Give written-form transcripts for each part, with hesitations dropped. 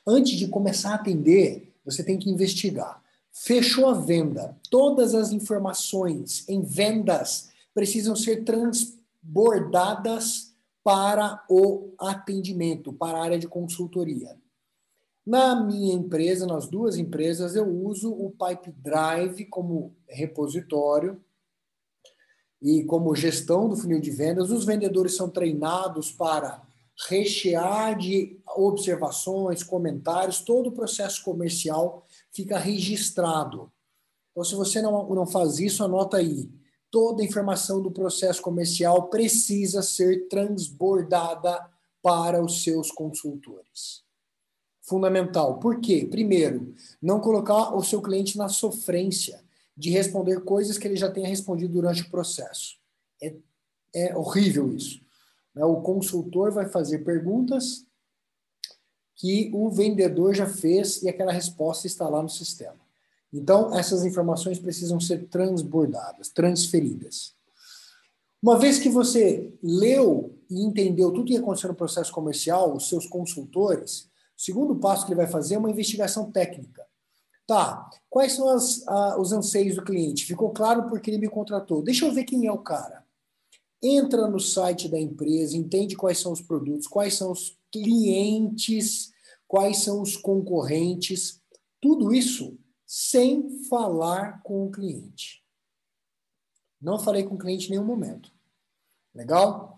Antes de começar a atender, você tem que investigar. Fechou a venda. Todas as informações em vendas precisam ser transbordadas para o atendimento, para a área de consultoria. Na minha empresa, nas duas empresas, eu uso o Pipedrive como repositório e como gestão do funil de vendas. Os vendedores são treinados para rechear de observações, comentários, todo o processo comercial fica registrado. Então, se você não faz isso, anota aí. Toda a informação do processo comercial precisa ser transbordada para os seus consultores. Fundamental. Por quê? Primeiro, não colocar o seu cliente na sofrência de responder coisas que ele já tenha respondido durante o processo. É horrível isso. O consultor vai fazer perguntas que o vendedor já fez e aquela resposta está lá no sistema. Então, essas informações precisam ser transbordadas, transferidas. Uma vez que você leu e entendeu tudo que aconteceu no processo comercial, os seus consultores, o segundo passo que ele vai fazer é uma investigação técnica. Tá, quais são os anseios do cliente? Ficou claro porque ele me contratou. Deixa eu ver quem é o cara. Entra no site da empresa, entende quais são os produtos, quais são os clientes, quais são os concorrentes. Tudo isso sem falar com o cliente. Não falei com o cliente em nenhum momento. Legal?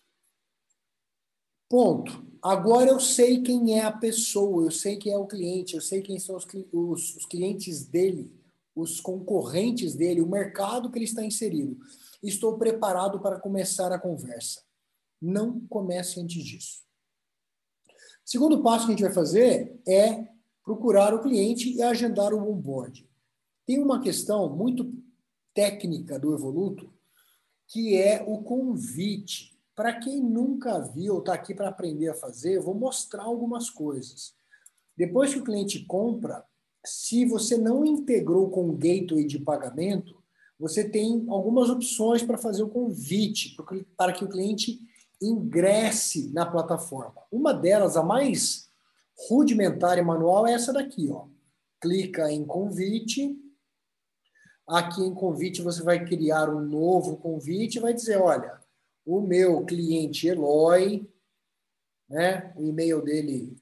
Ponto. Agora eu sei quem é a pessoa, eu sei quem é o cliente, eu sei quem são os clientes dele, os concorrentes dele, o mercado que ele está inserido. Estou preparado para começar a conversa. Não comece antes disso. Segundo passo que a gente vai fazer é procurar o cliente e agendar o onboard. Tem uma questão muito técnica do Evoluto, que é o convite. Para quem nunca viu ou está aqui para aprender a fazer, eu vou mostrar algumas coisas. Depois que o cliente compra, se você não integrou com o gateway de pagamento, você tem algumas opções para fazer o convite, para que o cliente ingresse na plataforma. Uma delas, a mais rudimentar e manual, é essa daqui. Ó. Clica em convite. Aqui em convite você vai criar um novo convite e vai dizer, olha, o meu cliente Eloy, né? O e-mail dele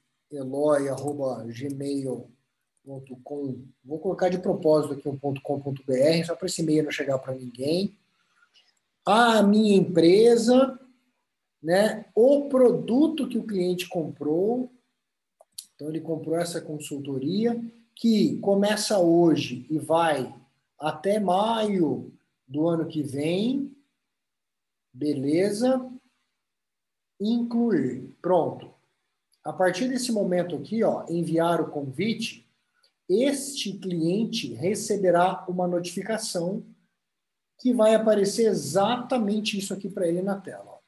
eloy@gmail.com. Vou colocar de propósito aqui um .com.br, só para esse e-mail não chegar para ninguém. A minha empresa, né? O produto que o cliente comprou. Então ele comprou essa consultoria que começa hoje e vai até maio do ano que vem. Beleza? Incluir. Pronto. A partir desse momento aqui, ó, enviar o convite, este cliente receberá uma notificação que vai aparecer exatamente isso aqui para ele na tela. Ó.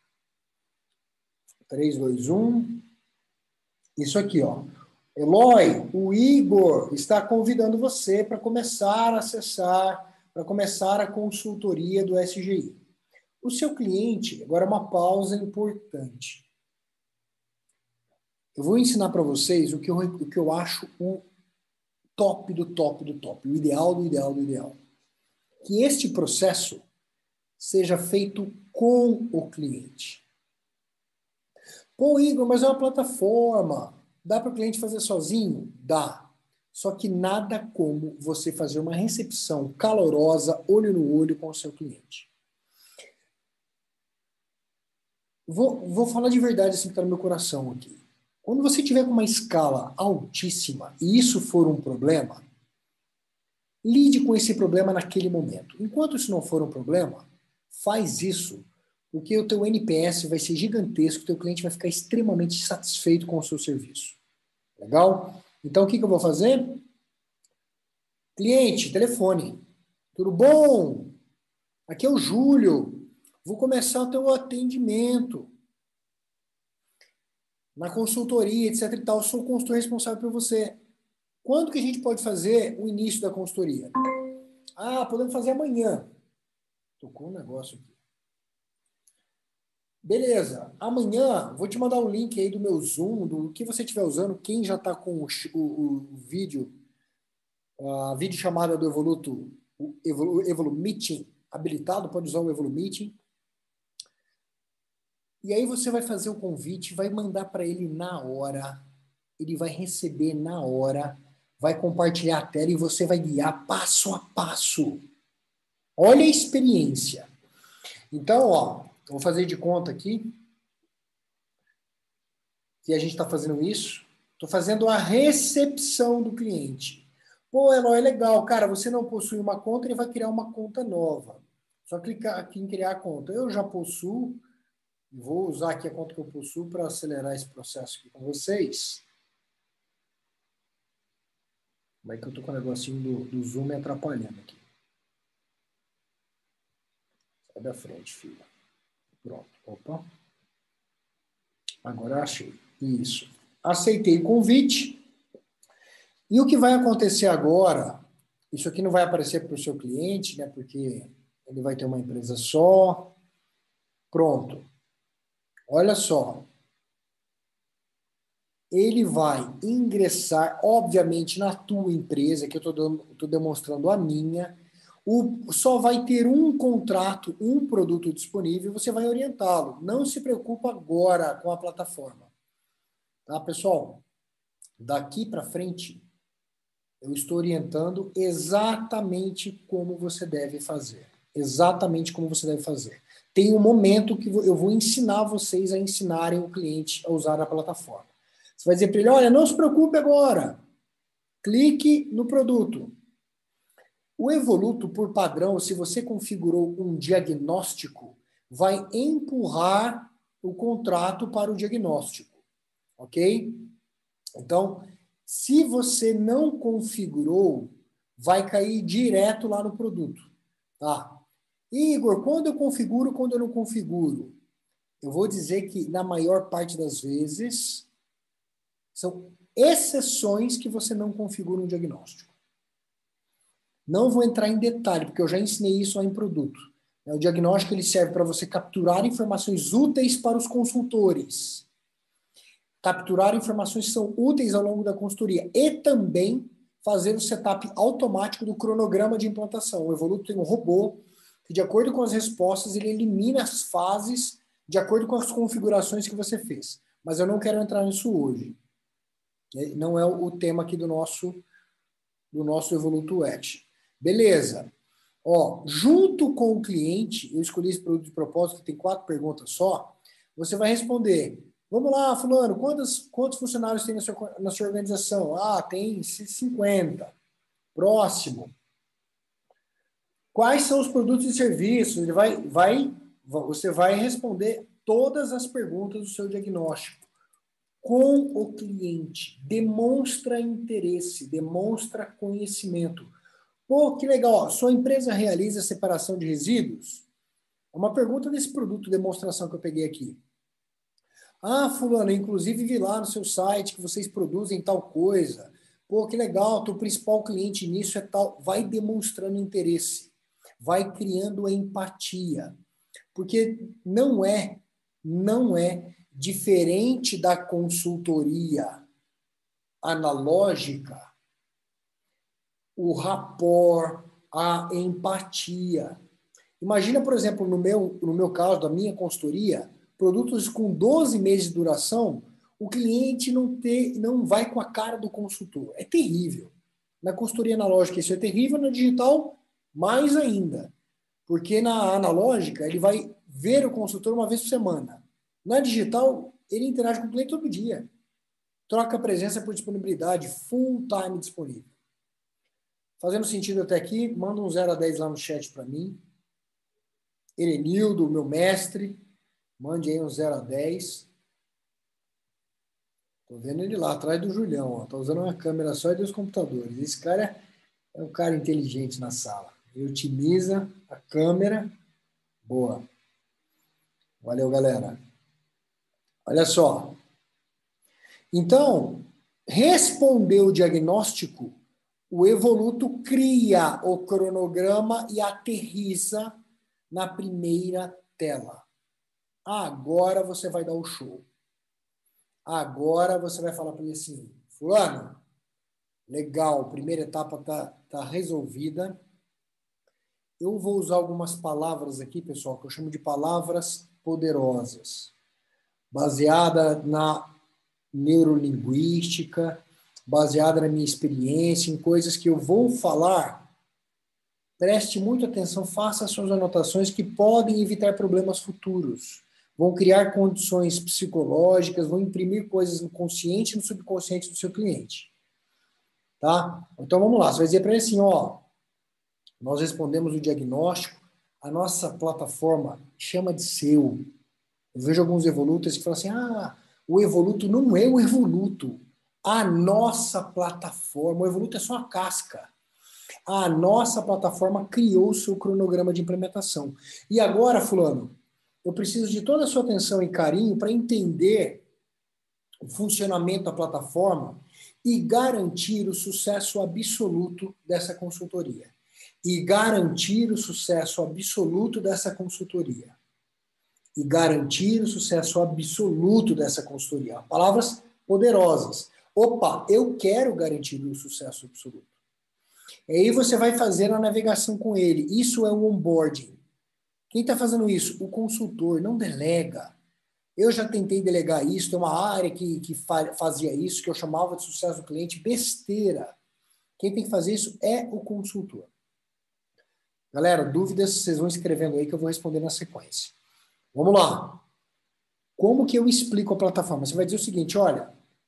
3, 2, 1. Isso aqui, ó. Eloy, o Igor está convidando você para começar a acessar, para começar a consultoria do SGI. O seu cliente, agora uma pausa importante. Eu vou ensinar para vocês o que eu acho o top do top do top, o ideal do ideal do ideal. Que este processo seja feito com o cliente. Pô, Igor, mas é uma plataforma. Dá para o cliente fazer sozinho? Dá. Só que nada como você fazer uma recepção calorosa, olho no olho com o seu cliente. Vou falar de verdade assim que está no meu coração aqui. Quando você tiver com uma escala altíssima e isso for um problema, lide com esse problema naquele momento. Enquanto isso não for um problema, faz isso, porque o teu NPS vai ser gigantesco, o teu cliente vai ficar extremamente satisfeito com o seu serviço. Legal? Então, o que eu vou fazer? Cliente, telefone. Tudo bom? Aqui é o Júlio. Vou começar o teu atendimento. Na consultoria, etc e tal. Eu sou o consultor responsável por você. Quando que a gente pode fazer o início da consultoria? Ah, podemos fazer amanhã. Tocou um negócio aqui. Beleza. Amanhã vou te mandar o link aí do meu Zoom, do que você estiver usando. Quem já está com o vídeo, a videochamada do Evoluto, o Evolu Meeting habilitado, pode usar o Evolu Meeting. E aí você vai fazer o convite, vai mandar para ele na hora, ele vai receber na hora, vai compartilhar a tela e você vai guiar passo a passo. Olha a experiência. Então, ó, vou fazer de conta aqui que a gente está fazendo isso. Estou fazendo a recepção do cliente. Pô, Eloy, é legal. Cara, você não possui uma conta, ele vai criar uma conta nova. Só clicar aqui em criar a conta. Eu já possuo. Vou usar aqui a conta que eu possuo para acelerar esse processo aqui com vocês. Como é que eu estou com o negocinho do Zoom me atrapalhando aqui? Sai da frente, filha. Pronto. Opa. Agora eu achei. Isso. Aceitei o convite. E o que vai acontecer agora, isso aqui não vai aparecer para o seu cliente, né? Porque ele vai ter uma empresa só. Pronto. Olha só. Ele vai ingressar, obviamente, na tua empresa, que eu estou demonstrando a minha. Só vai ter um contrato, um produto disponível, você vai orientá-lo. Não se preocupa agora com a plataforma. Tá, pessoal? Daqui para frente, eu estou orientando exatamente como você deve fazer. Exatamente como você deve fazer. Tem um momento que eu vou ensinar vocês a ensinarem o cliente a usar a plataforma. Você vai dizer para ele, olha, não se preocupe agora. Clique no produto. O Evoluto, por padrão, se você configurou um diagnóstico, vai empurrar o contrato para o diagnóstico. Ok? Então, se você não configurou, vai cair direto lá no produto. Tá? Igor, quando eu configuro, quando eu não configuro? Eu vou dizer que, na maior parte das vezes, são exceções que você não configura um diagnóstico. Não vou entrar em detalhe, porque eu já ensinei isso lá em produto. O diagnóstico ele serve para você capturar informações úteis para os consultores. Capturar informações que são úteis ao longo da consultoria. E também fazer o setup automático do cronograma de implantação. O Evoluto tem um robô que, de acordo com as respostas, ele elimina as fases de acordo com as configurações que você fez. Mas eu não quero entrar nisso hoje. Não é o tema aqui do nosso Evoluto Edge. Beleza. Ó, junto com o cliente, eu escolhi esse produto de propósito, que tem 4 perguntas só, você vai responder, vamos lá, fulano, quantos funcionários tem na sua organização? Ah, tem 50. Próximo. Quais são os produtos e serviços? Você vai responder todas as perguntas do seu diagnóstico com o cliente. Demonstra interesse, demonstra conhecimento. Pô, que legal. Sua empresa realiza separação de resíduos? É uma pergunta desse produto demonstração que eu peguei aqui. Ah, fulano, inclusive vi lá no seu site que vocês produzem tal coisa. Pô, que legal, teu principal cliente nisso é tal. Vai demonstrando interesse. Vai criando empatia. Porque não é diferente da consultoria analógica, o rapport, a empatia. Imagina, por exemplo, no meu caso, da minha consultoria, produtos com 12 meses de duração, o cliente não vai com a cara do consultor. É terrível. Na consultoria analógica isso é terrível, na digital mais ainda. Porque na analógica ele vai ver o consultor uma vez por semana. Na digital, ele interage com o cliente todo dia. Troca a presença por disponibilidade, full time disponível. Fazendo sentido até aqui, manda um 0 a 10 lá no chat para mim. Erenildo, meu mestre, mande aí um 0 a 10. Tô vendo ele lá, atrás do Julião. Ó. Tá usando uma câmera só e 2 computadores. Esse cara é um cara inteligente na sala. Ele otimiza a câmera. Boa. Valeu, galera. Olha só. Então, respondeu o diagnóstico, o Evoluto cria o cronograma e aterriza na primeira tela. Agora você vai dar o show. Agora você vai falar para ele assim, fulano, legal, primeira etapa tá resolvida. Eu vou usar algumas palavras aqui, pessoal, que eu chamo de palavras poderosas, baseada na neurolinguística, baseada na minha experiência, em coisas que eu vou falar. Preste muita atenção, faça suas anotações que podem evitar problemas futuros. Vão criar condições psicológicas, vão imprimir coisas no consciente e no subconsciente do seu cliente. Tá? Então vamos lá, você vai dizer para ele assim, ó, nós respondemos o diagnóstico, a nossa plataforma chama de seu. Eu vejo alguns evolutos que falam assim, o evoluto não é o evoluto. A nossa plataforma, o evoluto é só a casca. A nossa plataforma criou o seu cronograma de implementação. E agora, fulano, eu preciso de toda a sua atenção e carinho para entender o funcionamento da plataforma e garantir o sucesso absoluto dessa consultoria. E garantir o sucesso absoluto dessa consultoria. E garantir o sucesso absoluto dessa consultoria. Palavras poderosas. Opa, eu quero garantir o sucesso absoluto. E aí você vai fazer a navegação com ele. Isso é um onboarding. Quem está fazendo isso? O consultor, não delega. Eu já tentei delegar isso, tem uma área que fazia isso, que eu chamava de sucesso do cliente, besteira. Quem tem que fazer isso é o consultor. Galera, dúvidas, vocês vão escrevendo aí que eu vou responder na sequência. Vamos lá. Como que eu explico a plataforma? Você vai dizer o seguinte, olha,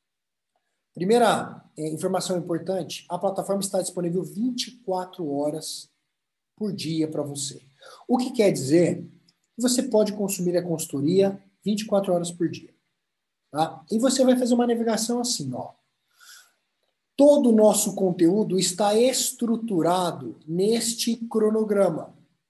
primeira informação importante, a plataforma está disponível 24 horas por dia para você. O que quer dizer que você pode consumir a consultoria 24 horas por dia. Tá? E você vai fazer uma navegação assim, ó. Todo o nosso conteúdo está estruturado neste cronograma.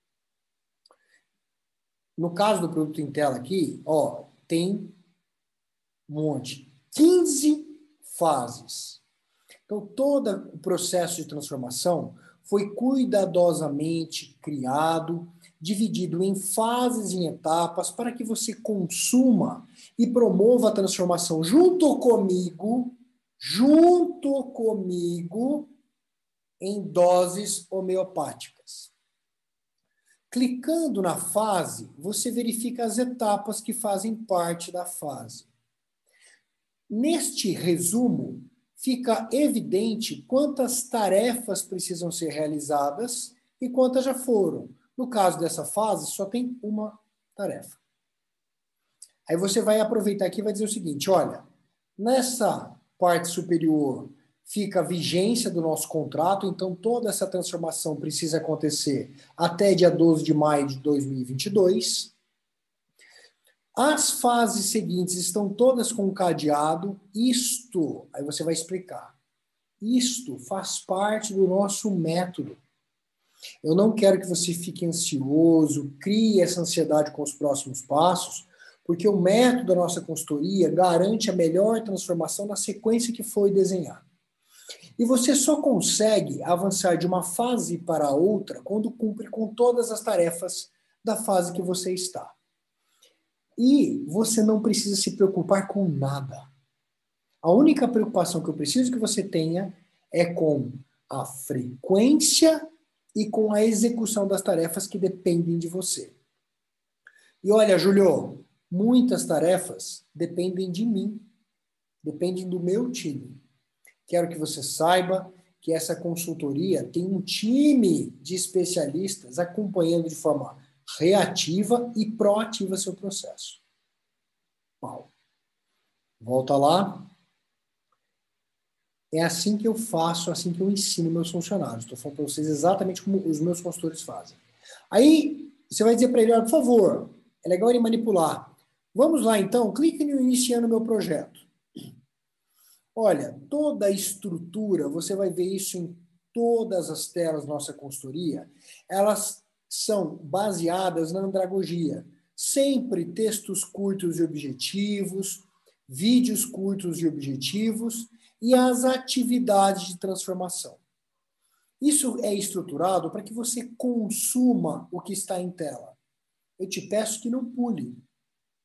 No caso do produto em tela aqui, ó, tem um monte. 15 fases. Então, todo o processo de transformação foi cuidadosamente criado, dividido em fases e etapas para que você consuma e promova a transformação junto comigo, em doses homeopáticas. Clicando na fase, você verifica as etapas que fazem parte da fase. Neste resumo, fica evidente quantas tarefas precisam ser realizadas e quantas já foram. No caso dessa fase, só tem uma tarefa. Aí você vai aproveitar aqui e vai dizer o seguinte, olha, nessa parte superior fica a vigência do nosso contrato, então toda essa transformação precisa acontecer até dia 12 de maio de 2022. As fases seguintes estão todas com cadeado. Isto, aí você vai explicar. Isto faz parte do nosso método. Eu não quero que você fique ansioso, crie essa ansiedade com os próximos passos, porque o método da nossa consultoria garante a melhor transformação na sequência que foi desenhada. E você só consegue avançar de uma fase para outra quando cumpre com todas as tarefas da fase que você está. E você não precisa se preocupar com nada. A única preocupação que eu preciso que você tenha é com a frequência e com a execução das tarefas que dependem de você. E olha, Júlio, muitas tarefas dependem de mim, dependem do meu time. Quero que você saiba que essa consultoria tem um time de especialistas acompanhando de forma reativa e proativa seu processo. Paulo, volta lá. É assim que eu faço, assim que eu ensino meus funcionários. Estou falando para vocês exatamente como os meus consultores fazem. Aí, você vai dizer para ele, olha, por favor, é legal ele manipular. Vamos lá, então, clique no iniciando meu projeto. Olha, toda a estrutura, você vai ver isso em todas as telas da nossa consultoria, elas são baseadas na andragogia. Sempre textos curtos e objetivos, vídeos curtos e objetivos e as atividades de transformação. Isso é estruturado para que você consuma o que está em tela. Eu te peço que não pule.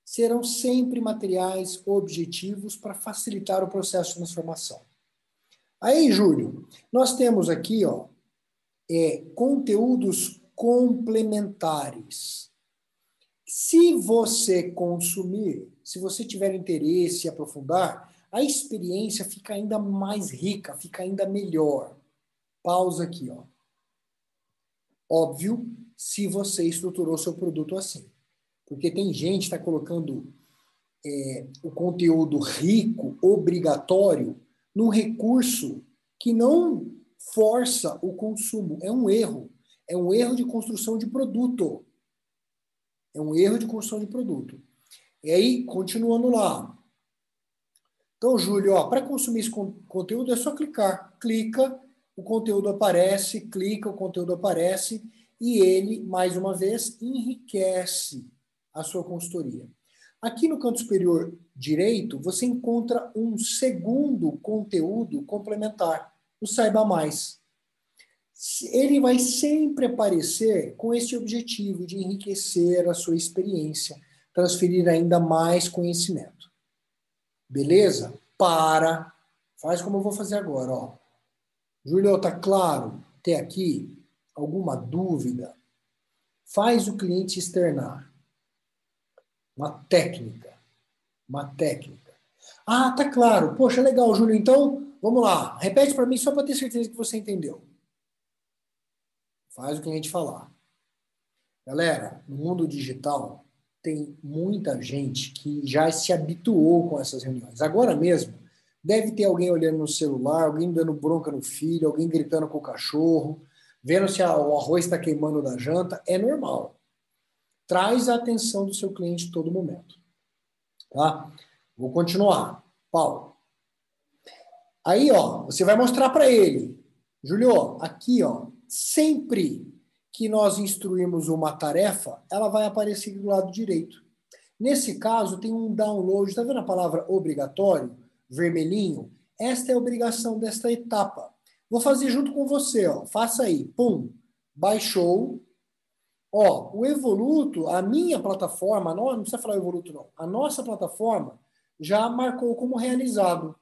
serão sempre materiais objetivos para facilitar o processo de transformação. Aí, Júlio, nós temos aqui, ó, conteúdos complementares. Se você consumir, se você tiver interesse em aprofundar, a experiência fica ainda mais rica, fica ainda melhor. Pausa aqui, ó. Óbvio, se você estruturou seu produto assim. Porque tem gente que está colocando o conteúdo rico, obrigatório, num recurso que não força o consumo. É um erro. É um erro de construção de produto. É um erro de construção de produto. E aí, continuando lá. Então, Júlio, para consumir esse conteúdo é só clicar. Clica, o conteúdo aparece, clica, o conteúdo aparece, e ele, mais uma vez, enriquece a sua consultoria. Aqui no canto superior direito, você encontra um segundo conteúdo complementar, o Saiba Mais. Ele vai sempre aparecer com esse objetivo de enriquecer a sua experiência, transferir ainda mais conhecimento. Beleza? Faz como eu vou fazer agora, ó. Júlio, tá claro? Tem aqui alguma dúvida? Faz o cliente externar. Uma técnica. Ah, tá claro. Poxa, legal, Júlio. Então, vamos lá. Repete para mim só para ter certeza que você entendeu. Faz o cliente falar. Galera, no mundo digital, tem muita gente que já se habituou com essas reuniões. Agora mesmo, deve ter alguém olhando no celular, alguém dando bronca no filho, alguém gritando com o cachorro, vendo se o arroz está queimando da janta. É normal. Traz a atenção do seu cliente em todo momento. Tá? Vou continuar. Paulo. Aí, ó, você vai mostrar para ele. Júlio, aqui, ó, sempre que nós instruirmos uma tarefa, ela vai aparecer do lado direito. Nesse caso, tem um download, está vendo a palavra obrigatório? Vermelhinho? Esta é a obrigação desta etapa. Vou fazer junto com você, ó. Faça aí. Pum. Baixou. Ó, o Evoluto, a minha plataforma, não precisa falar Evoluto, não. A nossa plataforma já marcou como realizado.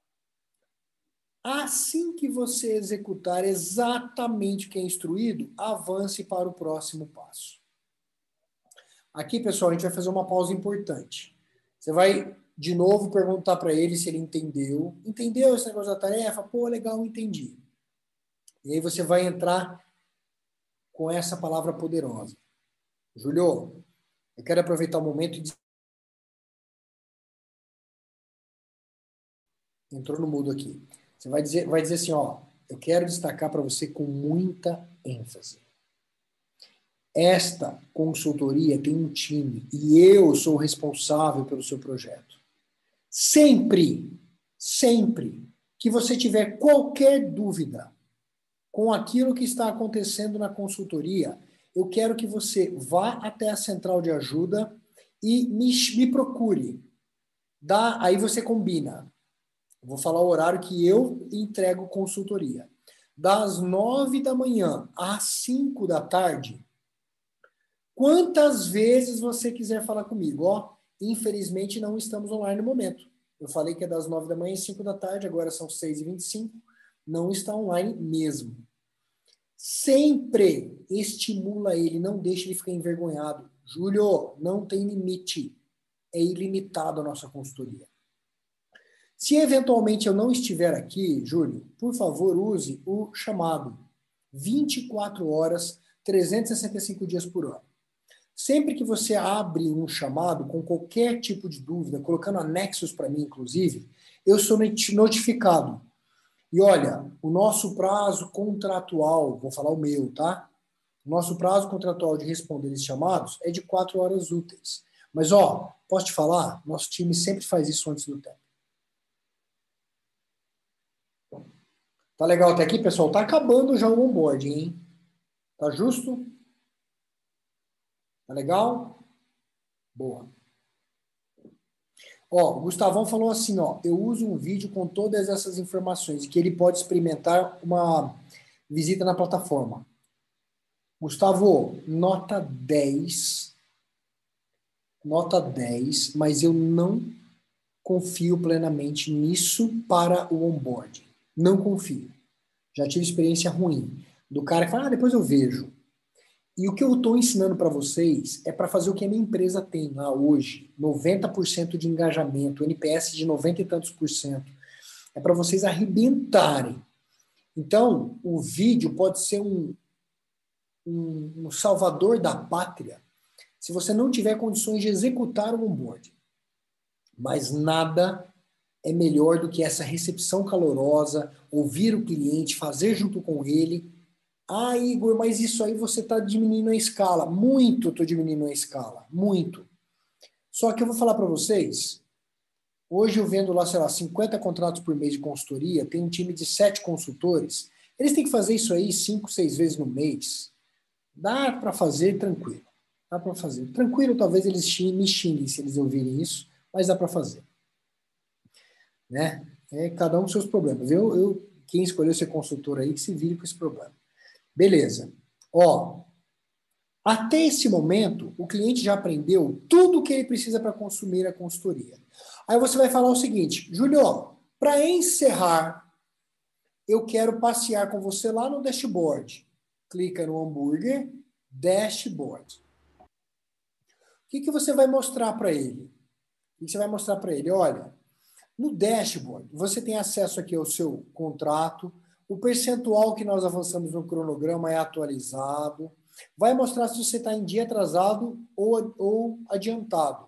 Assim que você executar exatamente o que é instruído, avance para o próximo passo. Aqui, pessoal, a gente vai fazer uma pausa importante. Você vai, de novo, perguntar para ele se ele entendeu. Entendeu esse negócio da tarefa? Pô, legal, entendi. E aí você vai entrar com essa palavra poderosa. Júlio, eu quero aproveitar o momento e... Entrou no mudo aqui. Você vai dizer assim, ó, eu quero destacar para você com muita ênfase. Esta consultoria tem um time e eu sou responsável pelo seu projeto. Sempre que você tiver qualquer dúvida com aquilo que está acontecendo na consultoria, eu quero que você vá até a central de ajuda e me procure. Aí você combina. Vou falar o horário que eu entrego consultoria. Das 9 da manhã às 5 da tarde, quantas vezes você quiser falar comigo. Ó, infelizmente não estamos online no momento. Eu falei que é das 9 da manhã às 5 da tarde, agora são 6h25. Não está online mesmo. Sempre estimula ele, não deixe ele ficar envergonhado. Júlio, não tem limite. É ilimitado a nossa consultoria. Se eventualmente eu não estiver aqui, Júlio, por favor, use o chamado 24 horas, 365 dias por ano. Sempre que você abre um chamado com qualquer tipo de dúvida, colocando anexos para mim, inclusive, eu sou notificado. E olha, o nosso prazo contratual, vou falar o meu, tá? O nosso prazo contratual de responder esses chamados é de 4 horas úteis. Mas, ó, posso te falar? Nosso time sempre faz isso antes do tempo. Tá legal até aqui, pessoal? Tá acabando já o onboard, hein? Tá justo? Tá legal? Boa. Ó, o Gustavão falou assim, ó, eu uso um vídeo com todas essas informações que ele pode experimentar uma visita na plataforma. Gustavo, nota 10. nota 10, mas eu não confio plenamente nisso para o onboarding. Não confio. Já tive experiência ruim. Do cara que fala, depois eu vejo. E o que eu estou ensinando para vocês é para fazer o que a minha empresa tem lá hoje. 90% de engajamento, NPS de 90 e tantos por cento. É para vocês arrebentarem. Então, o vídeo pode ser um salvador da pátria se você não tiver condições de executar o onboarding. Mas nada é melhor do que essa recepção calorosa, ouvir o cliente, fazer junto com ele. Ah, Igor, mas isso aí você está diminuindo a escala. Muito estou diminuindo a escala, muito. Só que eu vou falar para vocês, hoje eu vendo lá, sei lá, 50 contratos por mês de consultoria, tem um time de 7 consultores, eles têm que fazer isso aí 5, 6 vezes no mês. Dá para fazer tranquilo. Dá para fazer. Tranquilo, talvez eles me xinguem se eles ouvirem isso, mas dá para fazer. Né? É cada um com seus problemas. Quem escolheu ser consultor aí, que se vire com esse problema. Beleza. Ó, até esse momento, o cliente já aprendeu tudo o que ele precisa para consumir a consultoria. Aí você vai falar o seguinte, Júlio, para encerrar, eu quero passear com você lá no dashboard. Clica no hambúrguer, dashboard. O que você vai mostrar para ele? O que você vai mostrar para ele? Olha, no dashboard, você tem acesso aqui ao seu contrato, o percentual que nós avançamos no cronograma é atualizado, vai mostrar se você está em dia atrasado ou adiantado.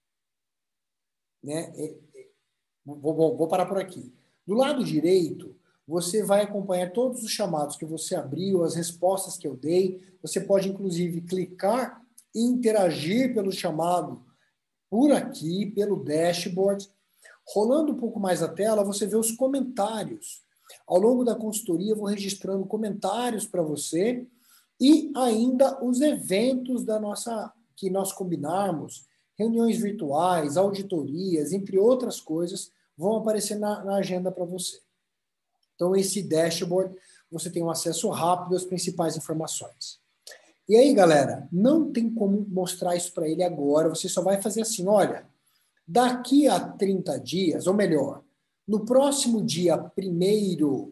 Né? Vou parar por aqui. Do lado direito, você vai acompanhar todos os chamados que você abriu, as respostas que eu dei. Você pode, inclusive, clicar e interagir pelo chamado por aqui, pelo dashboard. Rolando um pouco mais a tela, você vê os comentários. Ao longo da consultoria, eu vou registrando comentários para você e ainda os eventos que nós combinarmos, reuniões virtuais, auditorias, entre outras coisas, vão aparecer na agenda para você. Então, esse dashboard, você tem um acesso rápido às principais informações. E aí, galera, não tem como mostrar isso para ele agora, você só vai fazer assim, olha, daqui a 30 dias, ou melhor, no próximo dia primeiro,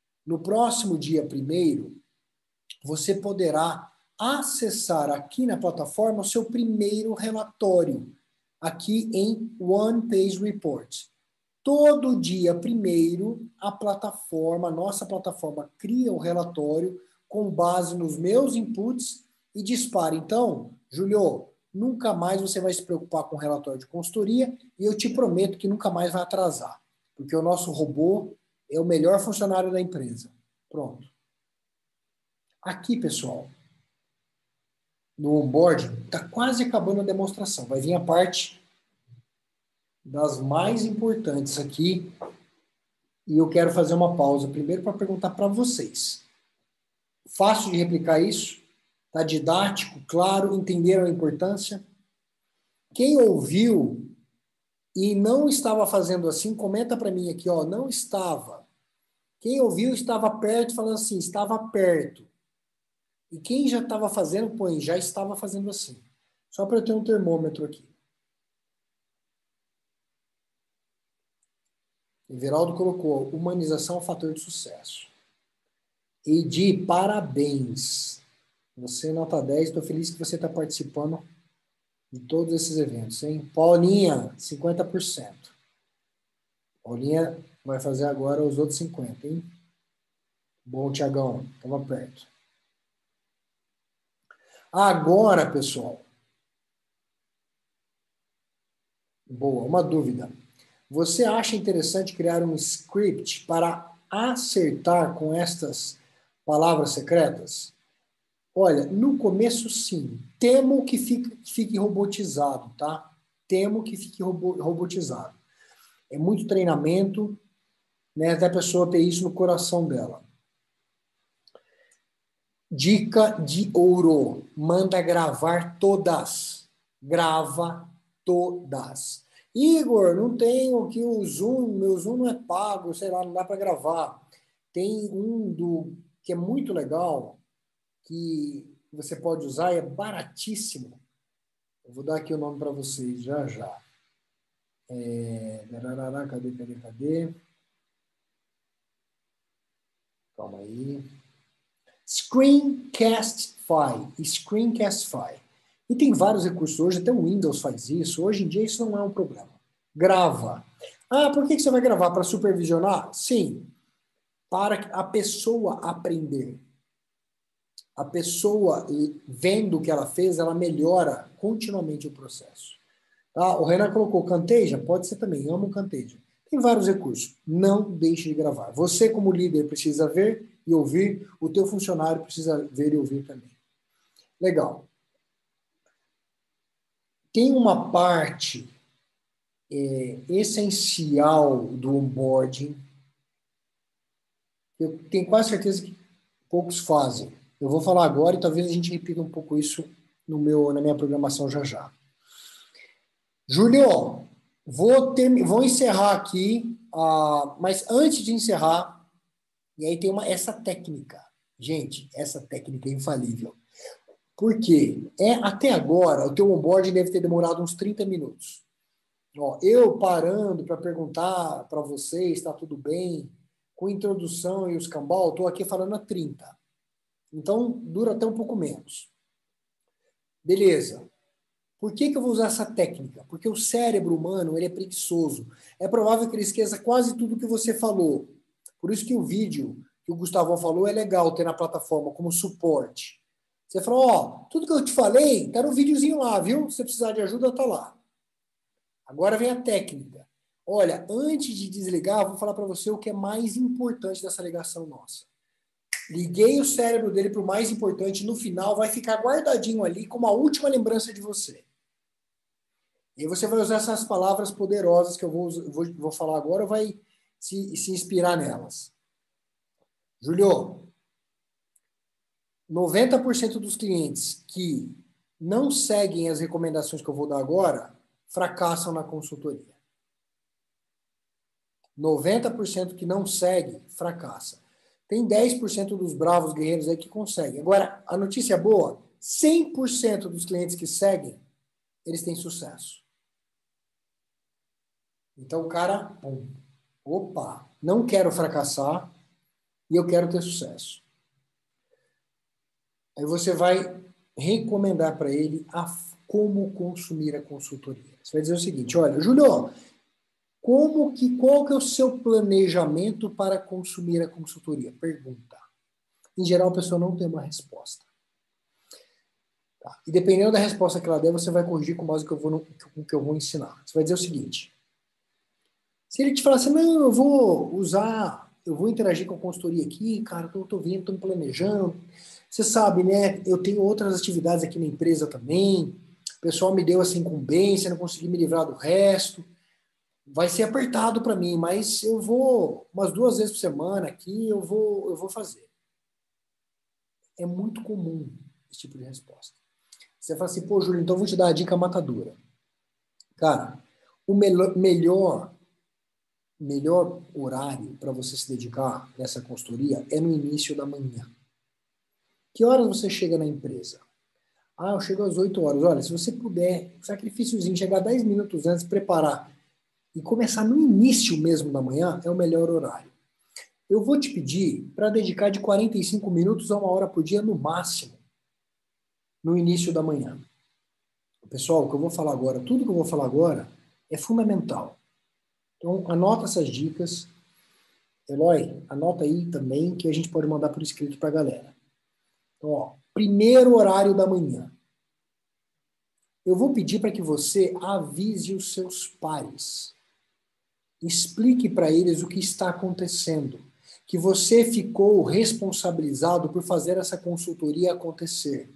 você poderá acessar aqui na plataforma o seu primeiro relatório, aqui em One Page Report. Todo dia primeiro, a nossa plataforma cria o relatório com base nos meus inputs e dispara. Então, Julio, nunca mais você vai se preocupar com o relatório de consultoria e eu te prometo que nunca mais vai atrasar, porque o nosso robô é o melhor funcionário da empresa. Pronto. Aqui, pessoal, no onboarding, está quase acabando a demonstração. Vai vir a parte das mais importantes aqui e eu quero fazer uma pausa primeiro para perguntar para vocês. Fácil de replicar isso? Está didático, claro, entenderam a importância? Quem ouviu e não estava fazendo assim, comenta para mim aqui, ó, não estava. Quem ouviu estava perto, falando assim, estava perto. E quem já estava fazendo, põe, já estava fazendo assim. Só para eu ter um termômetro aqui. Everaldo colocou, humanização é um fator de sucesso. Edi, parabéns. Você nota 10, estou feliz que você está participando de todos esses eventos, hein? Paulinha, 50%. Paulinha vai fazer agora os outros 50%, hein? Bom, Tiagão, estava perto. Agora, pessoal. Boa, uma dúvida. Você acha interessante criar um script para acertar com estas palavras secretas? Olha, no começo sim. Temo que fique robotizado, tá? Temo que fique robotizado. É muito treinamento, né? Até a pessoa ter isso no coração dela. Dica de ouro. Manda gravar todas. Grava todas. Igor, não tenho aqui o Zoom, meu Zoom não é pago, sei lá, não dá para gravar. Tem que é muito legal, que você pode usar, é baratíssimo. Eu vou dar aqui o nome para vocês já já. Cadê? Calma aí. Screencastify. E tem vários recursos hoje, até o Windows faz isso. Hoje em dia isso não é um problema. Grava. Ah, por que você vai gravar? Para supervisionar? Sim. Para a pessoa aprender. A pessoa, vendo o que ela fez, ela melhora continuamente o processo. Tá? O Renan colocou Camtasia, pode ser também, amo Camtasia. Tem vários recursos. Não deixe de gravar. Você, como líder, precisa ver e ouvir. O teu funcionário precisa ver e ouvir também. Legal. Tem uma parte essencial do onboarding. Eu tenho quase certeza que poucos fazem. Eu vou falar agora e talvez a gente repita um pouco isso na minha programação já já. Júlio, vou encerrar aqui, mas antes de encerrar, e aí tem essa técnica. Gente, essa técnica é infalível. Por quê? Até agora, o teu onboarding deve ter demorado uns 30 minutos. Ó, eu parando para perguntar para vocês, está tudo bem? Com introdução e os cambal, estou aqui falando a 30. Então, dura até um pouco menos. Beleza. Por que eu vou usar essa técnica? Porque o cérebro humano ele é preguiçoso. É provável que ele esqueça quase tudo que você falou. Por isso que o vídeo que o Gustavão falou é legal ter na plataforma como suporte. Você falou, ó, tudo que eu te falei tá no videozinho lá, viu? Se você precisar de ajuda, tá lá. Agora vem a técnica. Olha, antes de desligar, eu vou falar para você o que é mais importante dessa ligação nossa. Liguei o cérebro dele para o mais importante. No final, vai ficar guardadinho ali como a última lembrança de você. E aí você vai usar essas palavras poderosas que eu vou falar agora, vai se inspirar nelas. Júlio, 90% dos clientes que não seguem as recomendações que eu vou dar agora, fracassam na consultoria. 90% que não segue, fracassa. Tem 10% dos bravos guerreiros aí que conseguem. Agora, a notícia boa, 100% dos clientes que seguem, eles têm sucesso. Então o cara, opa, não quero fracassar e eu quero ter sucesso. Aí você vai recomendar para ele como consumir a consultoria. Você vai dizer o seguinte, olha, Júlio, qual que é o seu planejamento para consumir a consultoria? Pergunta. Em geral, a pessoa não tem uma resposta. Tá? E dependendo da resposta que ela der, você vai corrigir com base no que eu vou ensinar. Você vai dizer o seguinte, se ele te falar assim, não, eu vou interagir com a consultoria aqui, cara, eu tô vendo, tô me planejando. Você sabe, né? Eu tenho outras atividades aqui na empresa também. O pessoal me deu essa incumbência, não consegui me livrar do resto. Vai ser apertado para mim, mas eu vou umas 2 vezes por semana aqui, eu vou fazer. É muito comum esse tipo de resposta. Você fala assim, pô, Júlio, então eu vou te dar a dica matadora. Cara, o melhor horário para você se dedicar nessa consultoria é no início da manhã. Que horas você chega na empresa? Ah, eu chego às 8 horas. Olha, se você puder, sacrifíciozinho, chegar 10 minutos antes, preparar e começar no início mesmo da manhã, é o melhor horário. Eu vou te pedir para dedicar de 45 minutos a 1 hora por dia no máximo, no início da manhã. Pessoal, o que eu vou falar agora, tudo que eu vou falar agora é fundamental. Então, anota essas dicas. Eloy, anota aí também que a gente pode mandar por escrito para a galera. Então, ó, primeiro horário da manhã. Eu vou pedir para que você avise os seus pares. Explique para eles o que está acontecendo. Que você ficou responsabilizado por fazer essa consultoria acontecer.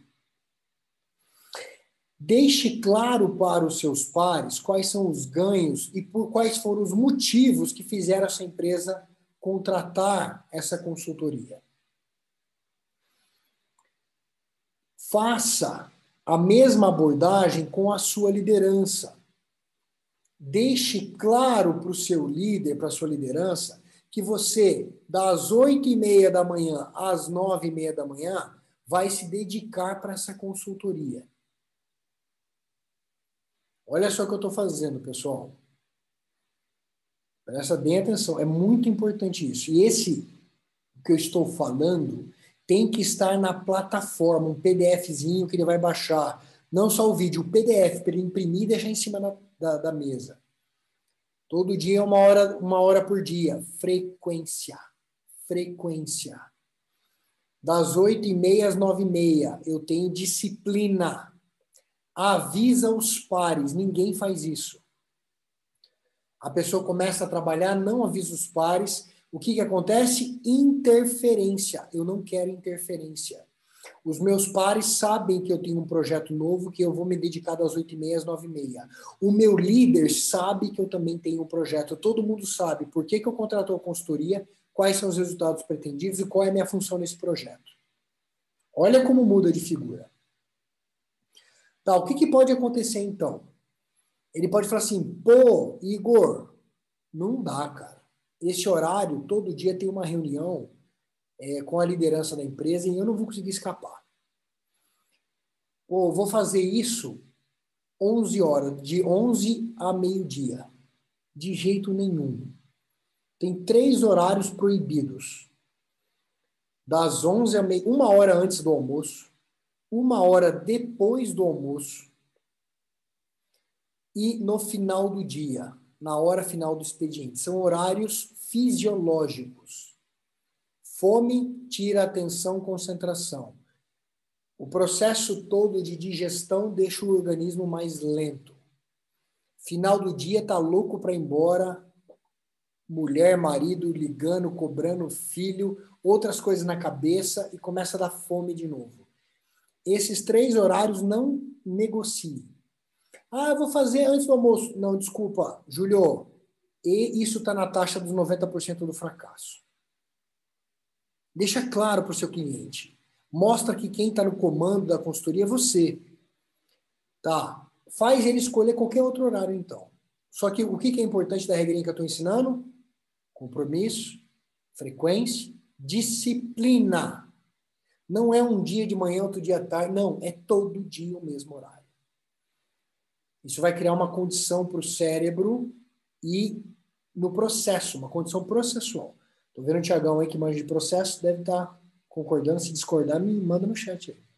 Deixe claro para os seus pares quais são os ganhos e quais foram os motivos que fizeram essa empresa contratar essa consultoria. Faça a mesma abordagem com a sua liderança. Deixe claro para o seu líder, para a sua liderança, que você, das 8h30 da manhã às 9h30 da manhã, vai se dedicar para essa consultoria. Olha só o que eu estou fazendo, pessoal. Presta bem atenção, é muito importante isso. E esse que eu estou falando tem que estar na plataforma, um PDFzinho que ele vai baixar. Não só o vídeo, o PDF, para ele imprimir e deixar em cima da mesa. Todo dia, 1 hora por dia. Frequência. Frequência. Das 8h30 às 9h30, eu tenho disciplina. Avisa os pares, ninguém faz isso. A pessoa começa a trabalhar, não avisa os pares. O que acontece? Interferência. Eu não quero interferência. Os meus pares sabem que eu tenho um projeto novo, que eu vou me dedicar das 8h30 às 9h30. O meu líder sabe que eu também tenho um projeto. Todo mundo sabe por que eu contratou a consultoria, quais são os resultados pretendidos e qual é a minha função nesse projeto. Olha como muda de figura. Tá, o que pode acontecer então? Ele pode falar assim, pô, Igor, não dá, cara. Esse horário, todo dia tem uma reunião com a liderança da empresa e eu não vou conseguir escapar. Pô, vou fazer isso 11 horas, de 11 a meio-dia. De jeito nenhum. Tem 3 horários proibidos. Das 11 a meio, 1 hora antes do almoço, 1 hora depois do almoço e no final do dia, na hora final do expediente. São horários fisiológicos. Fome tira atenção, concentração. O processo todo de digestão deixa o organismo mais lento. Final do dia tá louco para ir embora, mulher, marido ligando, cobrando filho, outras coisas na cabeça e começa a dar fome de novo. Esses 3 horários não negocie. Ah, eu vou fazer antes do almoço. Não, desculpa, Júlio. E isso está na taxa dos 90% do fracasso. Deixa claro para o seu cliente. Mostra que quem está no comando da consultoria é você. Tá? Faz ele escolher qualquer outro horário, então. Só que o que é importante da regrinha que eu estou ensinando? Compromisso, frequência, disciplina. Não é um dia de manhã, outro dia à tarde. Não, é todo dia o mesmo horário. Isso vai criar uma condição para o cérebro e no processo, uma condição processual. Estou vendo o Tiagão aí que manja de processo, deve estar concordando. Se discordar, me manda no chat aí.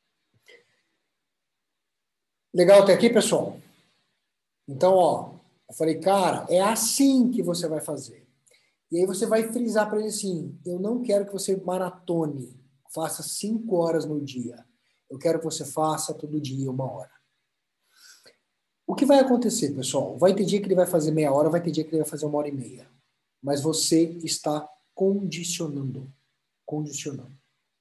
Legal até aqui, pessoal? Então, ó, eu falei, cara, é assim que você vai fazer. E aí você vai frisar para ele assim, eu não quero que você maratone, faça 5 horas no dia. Eu quero que você faça todo dia 1 hora. O que vai acontecer, pessoal? Vai ter dia que ele vai fazer meia hora, vai ter dia que ele vai fazer 1h30. Mas você está condicionando. Condicionando.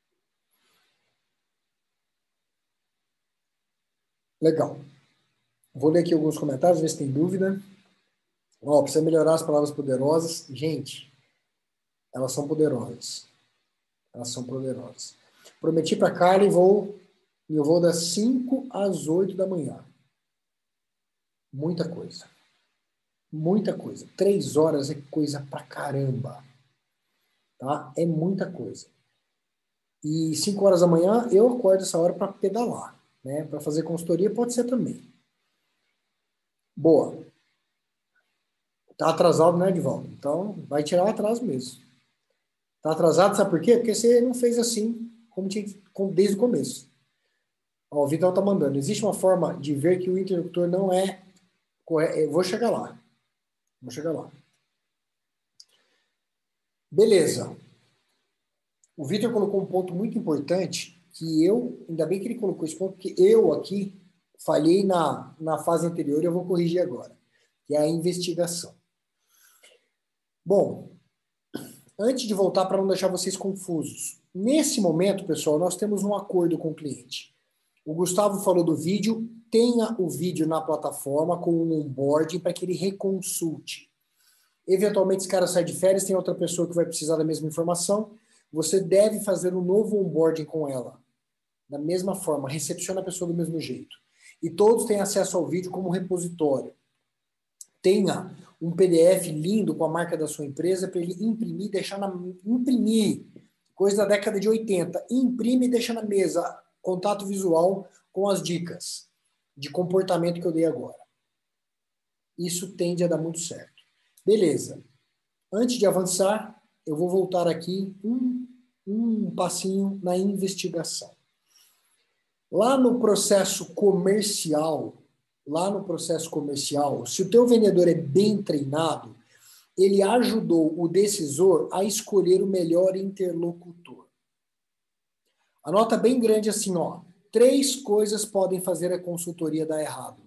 Legal. Vou ler aqui alguns comentários, ver se tem dúvida. Ó, precisa melhorar as palavras poderosas. Gente, elas são poderosas. Elas são poderosas. Prometi para a Carla e eu vou das 5 às 8 da manhã. Muita coisa. Muita coisa. 3 horas é coisa pra caramba. Tá? É muita coisa. E 5 horas da manhã eu acordo essa hora para pedalar. Né? Para fazer consultoria pode ser também. Boa. Tá atrasado, né, Edivaldo? Então vai tirar o atraso mesmo. Tá atrasado, sabe por quê? Porque você não fez assim como tinha desde o começo. Ó, o Vitor tá mandando. Existe uma forma de ver que o interlocutor não é correto. Eu vou chegar lá. Vou chegar lá. Beleza. O Vitor colocou um ponto muito importante que ainda bem que ele colocou esse ponto, porque eu aqui falhei na fase anterior e eu vou corrigir agora, que é a investigação. Bom, antes de voltar para não deixar vocês confusos, nesse momento, pessoal, nós temos um acordo com o cliente. O Gustavo falou do vídeo, tenha o vídeo na plataforma com um onboarding para que ele reconsulte. Eventualmente, esse cara sai de férias, tem outra pessoa que vai precisar da mesma informação, você deve fazer um novo onboarding com ela. Da mesma forma, recepciona a pessoa do mesmo jeito. E todos têm acesso ao vídeo como repositório. Tenha um PDF lindo com a marca da sua empresa para ele imprimir, imprimir, coisa da década de 80. Imprime e deixa na mesa, contato visual com as dicas de comportamento que eu dei agora. isso tende a dar muito certo. Beleza. Antes de avançar, eu vou voltar aqui um passinho na investigação. Lá no processo comercial, se o teu vendedor é bem treinado, ele ajudou o decisor a escolher o melhor interlocutor. A nota bem grande assim, ó. 3 coisas podem fazer a consultoria dar errado: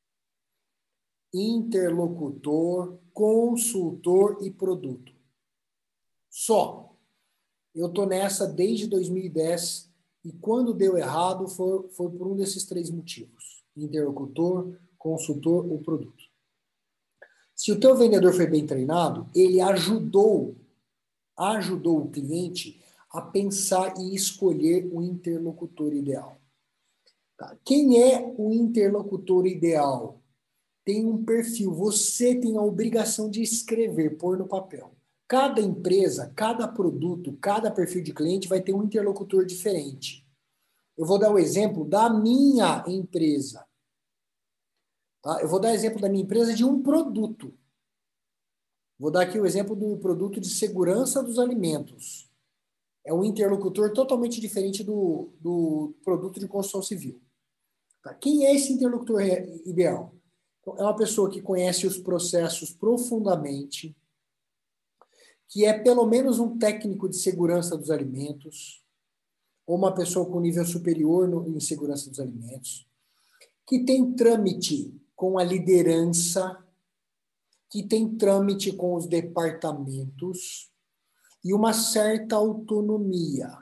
interlocutor, consultor e produto. Só. Eu tô nessa desde 2010 e quando deu errado foi por um desses 3 motivos: interlocutor, consultor ou produto. Se o teu vendedor foi bem treinado, ele ajudou o cliente a pensar e escolher o interlocutor ideal. Tá? Quem é o interlocutor ideal? Tem um perfil, você tem a obrigação de escrever, pôr no papel. Cada empresa, cada produto, cada perfil de cliente vai ter um interlocutor diferente. Eu vou dar o exemplo da minha empresa. Tá? Eu vou dar exemplo da minha empresa de um produto. Vou dar aqui o exemplo do produto de segurança dos alimentos. É um interlocutor totalmente diferente do produto de construção civil. Tá? Quem é esse interlocutor ideal? Então, é uma pessoa que conhece os processos profundamente, que é pelo menos um técnico de segurança dos alimentos, ou uma pessoa com nível superior em segurança dos alimentos, que tem trâmite com a liderança, que tem trâmite com os departamentos e uma certa autonomia.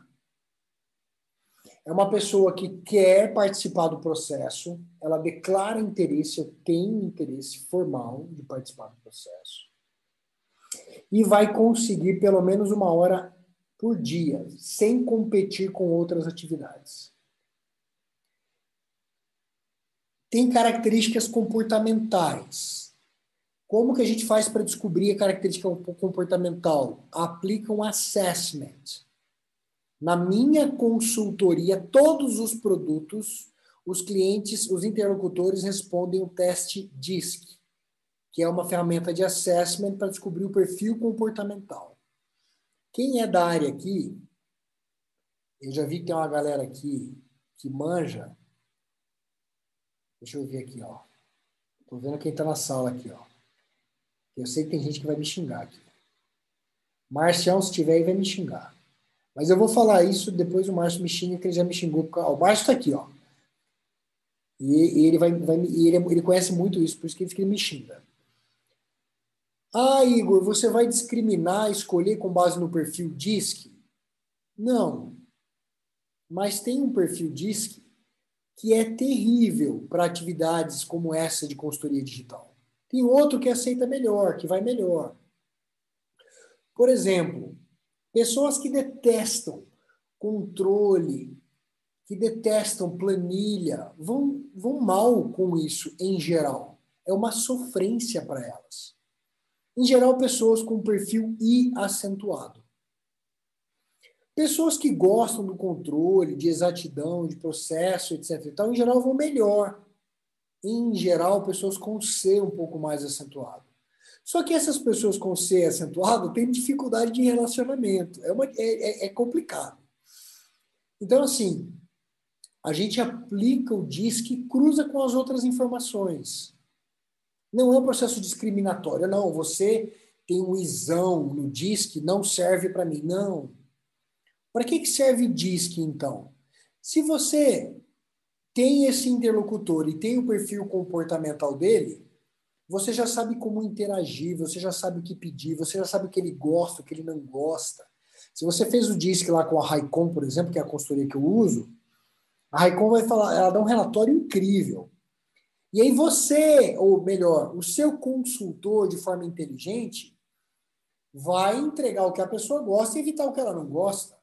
É uma pessoa que quer participar do processo, ela declara interesse, eu tenho interesse formal de participar do processo, e vai conseguir pelo menos 1 hora por dia, sem competir com outras atividades. Tem características comportamentais. Como que a gente faz para descobrir a característica comportamental? Aplica um assessment. Na minha consultoria, todos os produtos, os clientes, os interlocutores respondem o teste DISC, que é uma ferramenta de assessment para descobrir o perfil comportamental. Quem é da área aqui, eu já vi que tem uma galera aqui que manja. Deixa eu ver aqui, ó. Tô vendo quem tá na sala aqui, ó. Eu sei que tem gente que vai me xingar aqui. Marcião, se tiver aí, vai me xingar. Mas eu vou falar isso, depois o Márcio me xinga, que ele já me xingou. O Márcio tá aqui, ó. E ele conhece muito isso, por isso que ele me xinga. Ah, Igor, você vai discriminar, escolher com base no perfil DISC? Não. Mas tem um perfil DISC que é terrível para atividades como essa de consultoria digital. Tem outro que aceita melhor, que vai melhor. Por exemplo, pessoas que detestam controle, que detestam planilha, vão mal com isso em geral. É uma sofrência para elas. Em geral, pessoas com perfil I acentuado. Pessoas que gostam do controle, de exatidão, de processo, etc. Então, em geral, vão melhor. Em geral, pessoas com C um pouco mais acentuado. Só que essas pessoas com C acentuado têm dificuldade de relacionamento. É complicado. Então, assim, a gente aplica o DISC e cruza com as outras informações. Não é um processo discriminatório. Não, você tem um isão no DISC, não serve para mim. Não. Para que serve o DISC, então? Se você tem esse interlocutor e tem o perfil comportamental dele, você já sabe como interagir, você já sabe o que pedir, você já sabe o que ele gosta, o que ele não gosta. Se você fez o DISC lá com a Raikon, por exemplo, que é a consultoria que eu uso, a Raikon vai falar, ela dá um relatório incrível. E aí você, ou melhor, o seu consultor de forma inteligente vai entregar o que a pessoa gosta e evitar o que ela não gosta.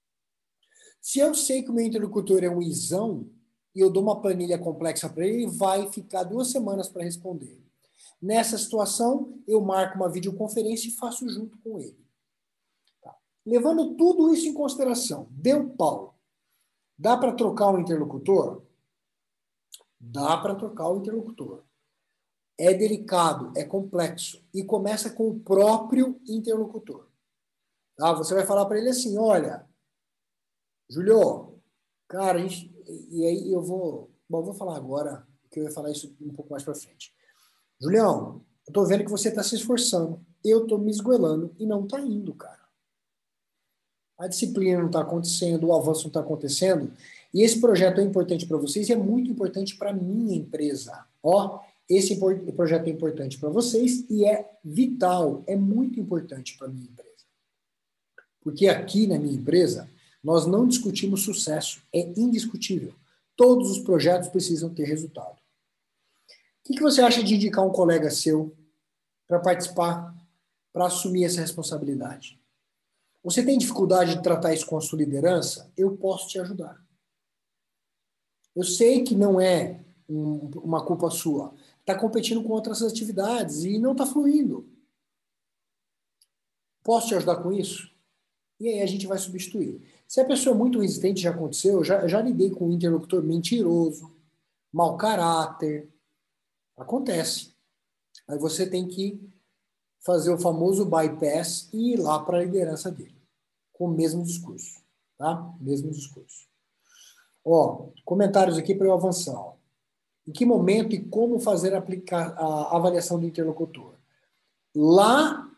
Se eu sei que o meu interlocutor é um isão e eu dou uma planilha complexa para ele, ele vai ficar 2 semanas para responder. Nessa situação, eu marco uma videoconferência e faço junto com ele. Tá. Levando tudo isso em consideração, deu pau. Dá para trocar o interlocutor? Dá para trocar o interlocutor. é delicado, é complexo e começa com o próprio interlocutor. Tá? Você vai falar para ele assim, olha, Julio, cara, e aí vou falar agora, que eu ia falar isso um pouco mais para frente. Julião, eu tô vendo que você tá se esforçando, eu tô me esgoelando e não tá indo, cara. A disciplina não tá acontecendo, o avanço não tá acontecendo, e esse projeto é importante para vocês e é muito importante para minha empresa. Ó, esse projeto é importante para vocês e é vital, é muito importante para minha empresa. Porque aqui na minha empresa, nós não discutimos sucesso, é indiscutível. Todos os projetos precisam ter resultado. O que você acha de indicar um colega seu para participar, para assumir essa responsabilidade? Você tem dificuldade de tratar isso com a sua liderança? Eu posso te ajudar. Eu sei que não é uma culpa sua. Está competindo com outras atividades e não está fluindo. Posso te ajudar com isso? E aí a gente vai substituir. Se a pessoa é muito resistente, já aconteceu, já lidei com um interlocutor mentiroso, mau caráter. Acontece. Aí você tem que fazer o famoso bypass e ir lá para a liderança dele. Com o mesmo discurso. Tá? Mesmo discurso. Ó, comentários aqui para eu avançar. Ó. Em que momento e como fazer a avaliação do interlocutor? Lá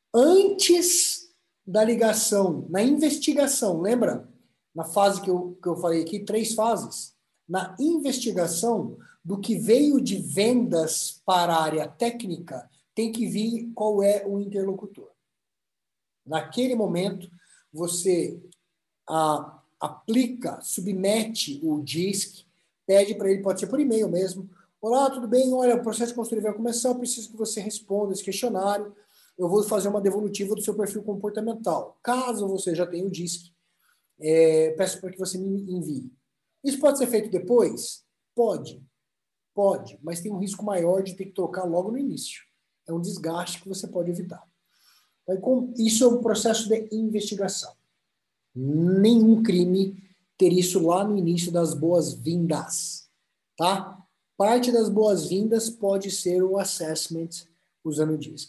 antes da ligação, na investigação, lembra? Na fase que eu falei aqui, 3 fases. Na investigação do que veio de vendas para a área técnica, tem que vir qual é o interlocutor. Naquele momento, você aplica, submete o DISC, pede para ele, pode ser por e-mail mesmo. Olá, tudo bem? Olha, o processo de consultoria vai começar, eu preciso que você responda esse questionário. Eu vou fazer uma devolutiva do seu perfil comportamental. Caso você já tenha o DISC, peço para que você me envie. Isso pode ser feito depois? Pode, mas tem um risco maior de ter que trocar logo no início. É um desgaste que você pode evitar. Então, isso é um processo de investigação. Nenhum crime ter isso lá no início das boas-vindas, tá? Parte das boas-vindas pode ser o assessment usando o DISC,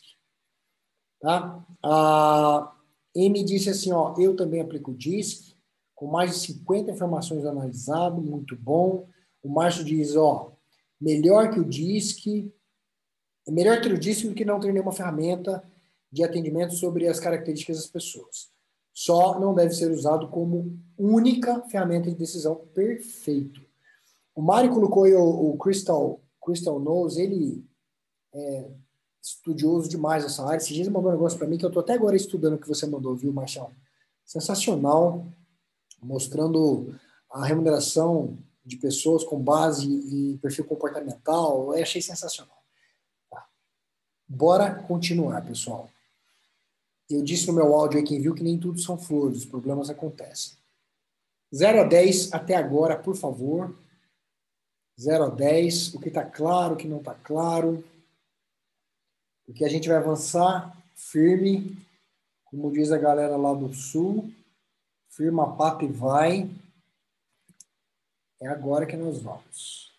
tá? A Amy disse assim, ó, eu também aplico o DISC, com mais de 50 informações analisadas, muito bom. O Márcio diz, ó, melhor que o DISC, é melhor ter o DISC do que não ter nenhuma ferramenta de atendimento sobre as características das pessoas. Só não deve ser usado como única ferramenta de decisão. Perfeito. O Mário colocou aí o Crystal Knows, ele é estudioso demais dessa área. Esse dia ele mandou um negócio para mim que eu estou até agora estudando o que você mandou, viu, Marchão? Sensacional, mostrando a remuneração de pessoas com base em perfil comportamental. Eu achei sensacional. Tá. Bora continuar, pessoal. Eu disse no meu áudio aí, quem viu, que nem tudo são flores, os problemas acontecem. 0 a 10 até agora, por favor. 0 a 10, o que está claro, o que não está claro. Porque a gente vai avançar firme, como diz a galera lá do sul. Firma a pata e vai. É agora que nós vamos.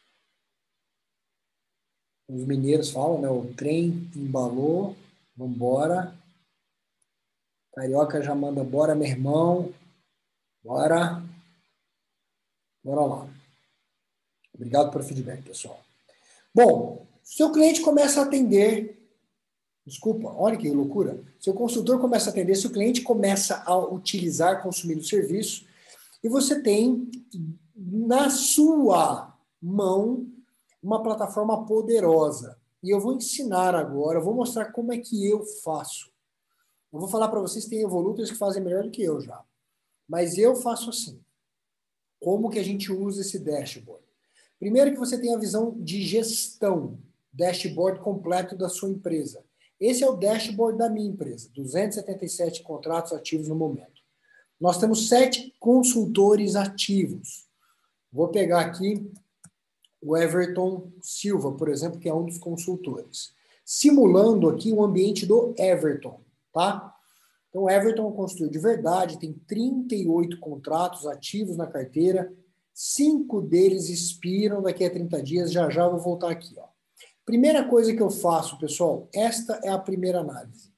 Os mineiros falam, né? O trem embalou, vambora. Carioca já manda, bora, meu irmão. Bora. Bora lá. Obrigado pelo feedback, pessoal. Bom, seu cliente começa a atender, desculpa, olha que loucura. Seu consultor começa a atender, seu cliente começa a utilizar, consumir o serviço, e você tem na sua mão uma plataforma poderosa. E eu vou ensinar agora, eu vou mostrar como é que eu faço. Eu vou falar para vocês que tem evolutors que fazem melhor do que eu já. Mas eu faço assim. Como que a gente usa esse dashboard? Primeiro que você tem a visão de gestão, dashboard completo da sua empresa. Esse é o dashboard da minha empresa, 277 contratos ativos no momento. Nós temos 7 consultores ativos. Vou pegar aqui o Everton Silva, por exemplo, que é um dos consultores. Simulando aqui o ambiente do Everton, tá? Então, o Everton é um consultor de verdade, tem 38 contratos ativos na carteira, 5 deles expiram daqui a 30 dias, já já eu vou voltar aqui, ó. Primeira coisa que eu faço, pessoal, esta é a primeira análise.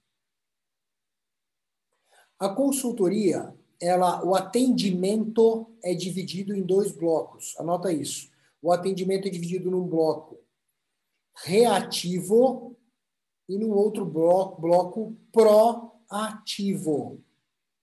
A consultoria, o atendimento é dividido em 2 blocos. Anota isso. O atendimento é dividido num bloco reativo e no outro bloco proativo.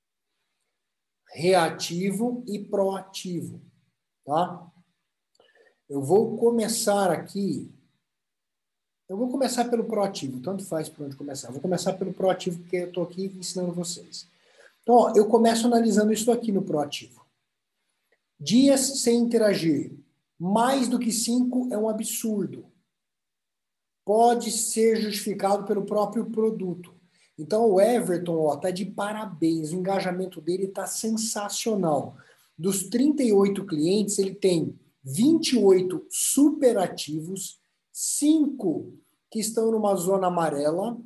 Reativo e proativo, tá? Eu vou começar aqui. Eu vou começar pelo proativo, tanto faz por onde começar. Eu vou começar pelo proativo, porque eu estou aqui ensinando vocês. Então, ó, eu começo analisando isso aqui no proativo. Dias sem interagir. Mais do que 5 é um absurdo. Pode ser justificado pelo próprio produto. Então, o Everton está de parabéns. O engajamento dele está sensacional. Dos 38 clientes, ele tem 28 superativos, 5 que estão numa zona amarela,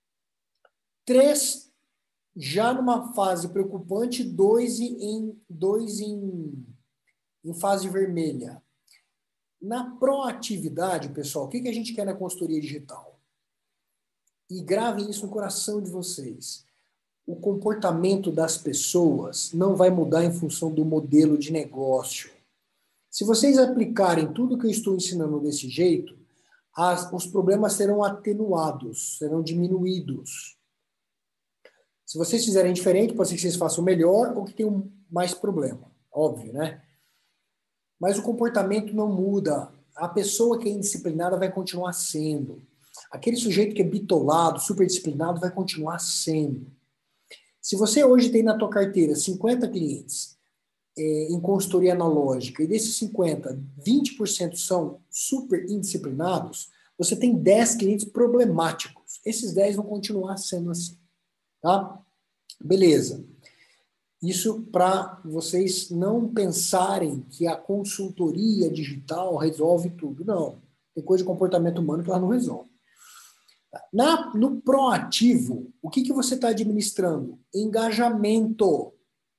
3 já numa fase preocupante, 2 em fase vermelha. Na proatividade, pessoal, o que a gente quer na consultoria digital? E gravem isso no coração de vocês. O comportamento das pessoas não vai mudar em função do modelo de negócio. Se vocês aplicarem tudo que eu estou ensinando desse jeito, os problemas serão atenuados, serão diminuídos. Se vocês fizerem diferente, pode ser que vocês façam melhor ou que tenham mais problema. Óbvio, né? Mas o comportamento não muda. A pessoa que é indisciplinada vai continuar sendo. Aquele sujeito que é bitolado, super disciplinado, vai continuar sendo. Se você hoje tem na tua carteira 50 clientes em consultoria analógica, e desses 50, 20% são super indisciplinados, você tem 10 clientes problemáticos. Esses 10 vão continuar sendo assim. Tá? Beleza. Isso para vocês não pensarem que a consultoria digital resolve tudo. Não. Tem coisa de comportamento humano que ela não resolve. No proativo, o que você está administrando? Engajamento.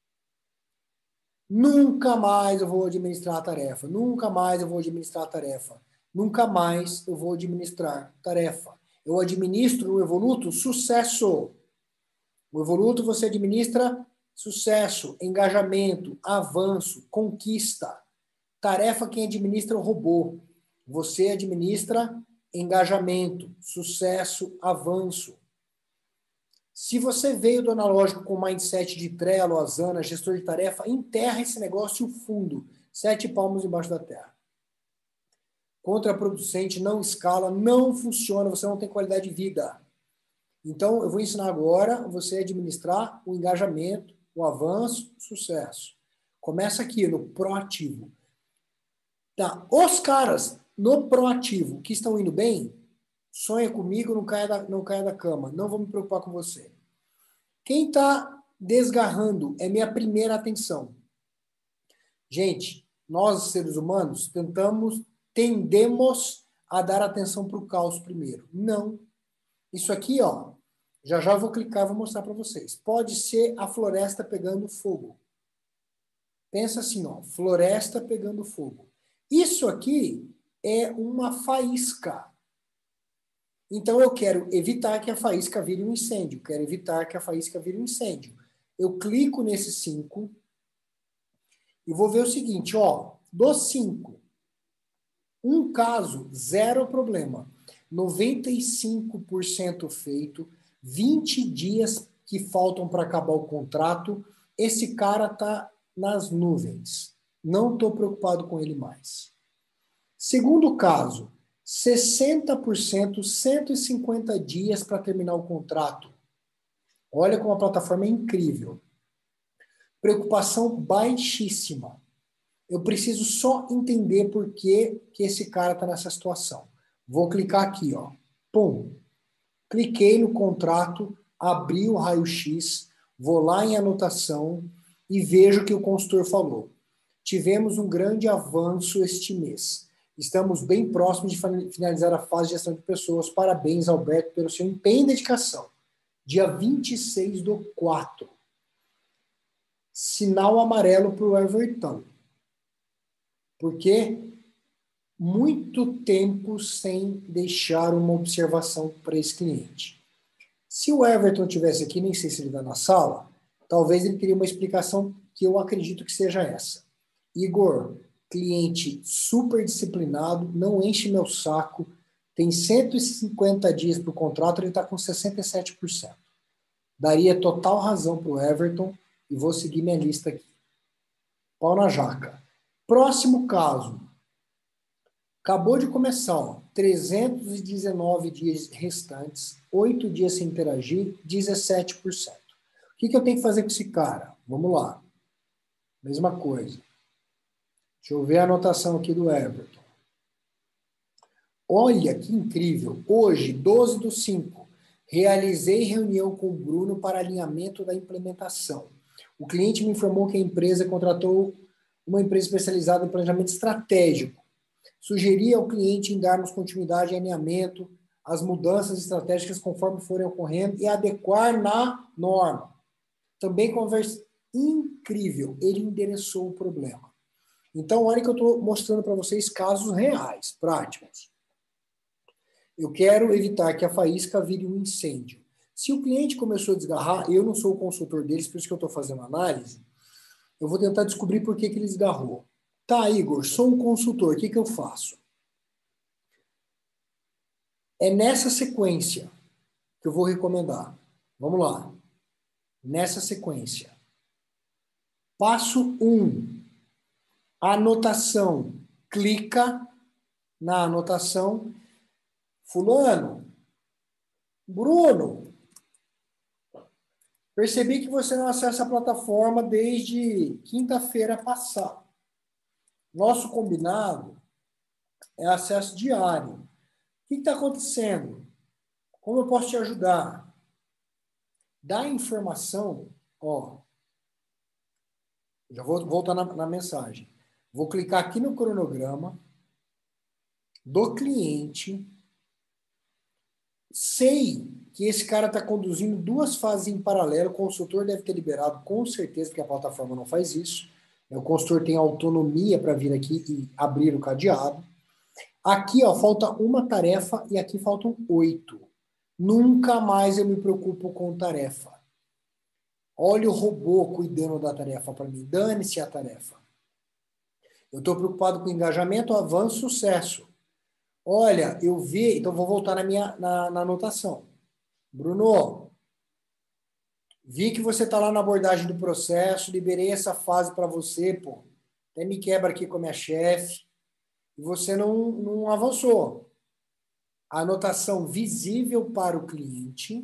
Nunca mais eu vou administrar a tarefa. Nunca mais eu vou administrar a tarefa. Nunca mais eu vou administrar tarefa. Eu administro no Evoluto sucesso. No Evoluto você administra sucesso, engajamento, avanço, conquista. Tarefa quem administra é o robô. Você administra engajamento, sucesso, avanço. Se você veio do analógico com mindset de Trello, Asana, gestor de tarefa, enterra esse negócio fundo. 7 palmos embaixo da terra. Contraproducente, não escala, não funciona, você não tem qualidade de vida. Então, eu vou ensinar agora você a administrar o engajamento, o avanço, o sucesso. Começa aqui no proativo. Tá. Os caras no proativo que estão indo bem, sonha comigo, não caia da cama. Não vou me preocupar com você. Quem está desgarrando é minha primeira atenção. Gente, nós, seres humanos, tendemos a dar atenção para o caos primeiro. Não. Isso aqui, ó, já eu vou clicar e vou mostrar para vocês. Pode ser a floresta pegando fogo. Pensa assim, ó, floresta pegando fogo. Isso aqui é uma faísca. Então eu quero evitar que a faísca vire um incêndio. Quero evitar que a faísca vire um incêndio. Eu clico nesses 5 e vou ver o seguinte, ó, dos 5, um caso, 0 problema. 95% feito, 20 dias que faltam para acabar o contrato, esse cara tá nas nuvens. Não estou preocupado com ele mais. Segundo caso, 60%, 150 dias para terminar o contrato. Olha como a plataforma é incrível. Preocupação baixíssima. Eu preciso só entender por que esse cara está nessa situação. Vou clicar aqui, ó. Pum. Cliquei no contrato, abri o raio-x, vou lá em anotação e vejo o que o consultor falou. Tivemos um grande avanço este mês. Estamos bem próximos de finalizar a fase de gestão de pessoas. Parabéns, Alberto, pelo seu empenho e dedicação. Dia 26/4. Sinal amarelo para o Everton. Por quê? muito tempo sem deixar uma observação para esse cliente. Se o Everton tivesse aqui, nem sei se ele está na sala, talvez ele teria uma explicação que eu acredito que seja essa. Igor, cliente super disciplinado, não enche meu saco, tem 150 dias para o contrato, ele está com 67%. Daria total razão para o Everton e vou seguir minha lista aqui. Pau na jaca. Próximo caso. Acabou de começar, ó, 319 dias restantes, 8 dias sem interagir, 17%. O que eu tenho que fazer com esse cara? Vamos lá. Mesma coisa. Deixa eu ver a anotação aqui do Everton. Olha que incrível. Hoje, 12/5, realizei reunião com o Bruno para alinhamento da implementação. O cliente me informou que a empresa contratou uma empresa especializada em planejamento estratégico. Sugeri ao cliente em darmos continuidade e alinhamento às mudanças estratégicas conforme forem ocorrendo e adequar na norma. Também conversa incrível. Ele endereçou o problema. Então, olha que eu estou mostrando para vocês casos reais, práticos. Eu quero evitar que a faísca vire um incêndio. Se o cliente começou a desgarrar, eu não sou o consultor deles, por isso que eu estou fazendo análise, eu vou tentar descobrir por que ele desgarrou. Tá, Igor, sou um consultor, o que eu faço? É nessa sequência que eu vou recomendar. Vamos lá. Nessa sequência. Passo 1. Anotação. Clica na anotação. Fulano, Bruno, percebi que você não acessa a plataforma desde quinta-feira passada. Nosso combinado é acesso diário. O que está acontecendo? Como eu posso te ajudar? Dá informação, ó. Já vou voltar na mensagem. Vou clicar aqui no cronograma do cliente. Sei que esse cara está conduzindo 2 fases em paralelo. O consultor deve ter liberado, com certeza, porque a plataforma não faz isso. O consultor tem autonomia para vir aqui e abrir o cadeado. Aqui, ó, falta uma tarefa e aqui faltam 8. Nunca mais eu me preocupo com tarefa. Olha o robô cuidando da tarefa para mim. Dane-se a tarefa. Eu estou preocupado com engajamento, avanço, sucesso. Olha, eu vi, então vou voltar na anotação. Bruno, vi que você está lá na abordagem do processo, liberei essa fase para você, pô. Até me quebra aqui com a minha chefe. E você não avançou. A anotação visível para o cliente.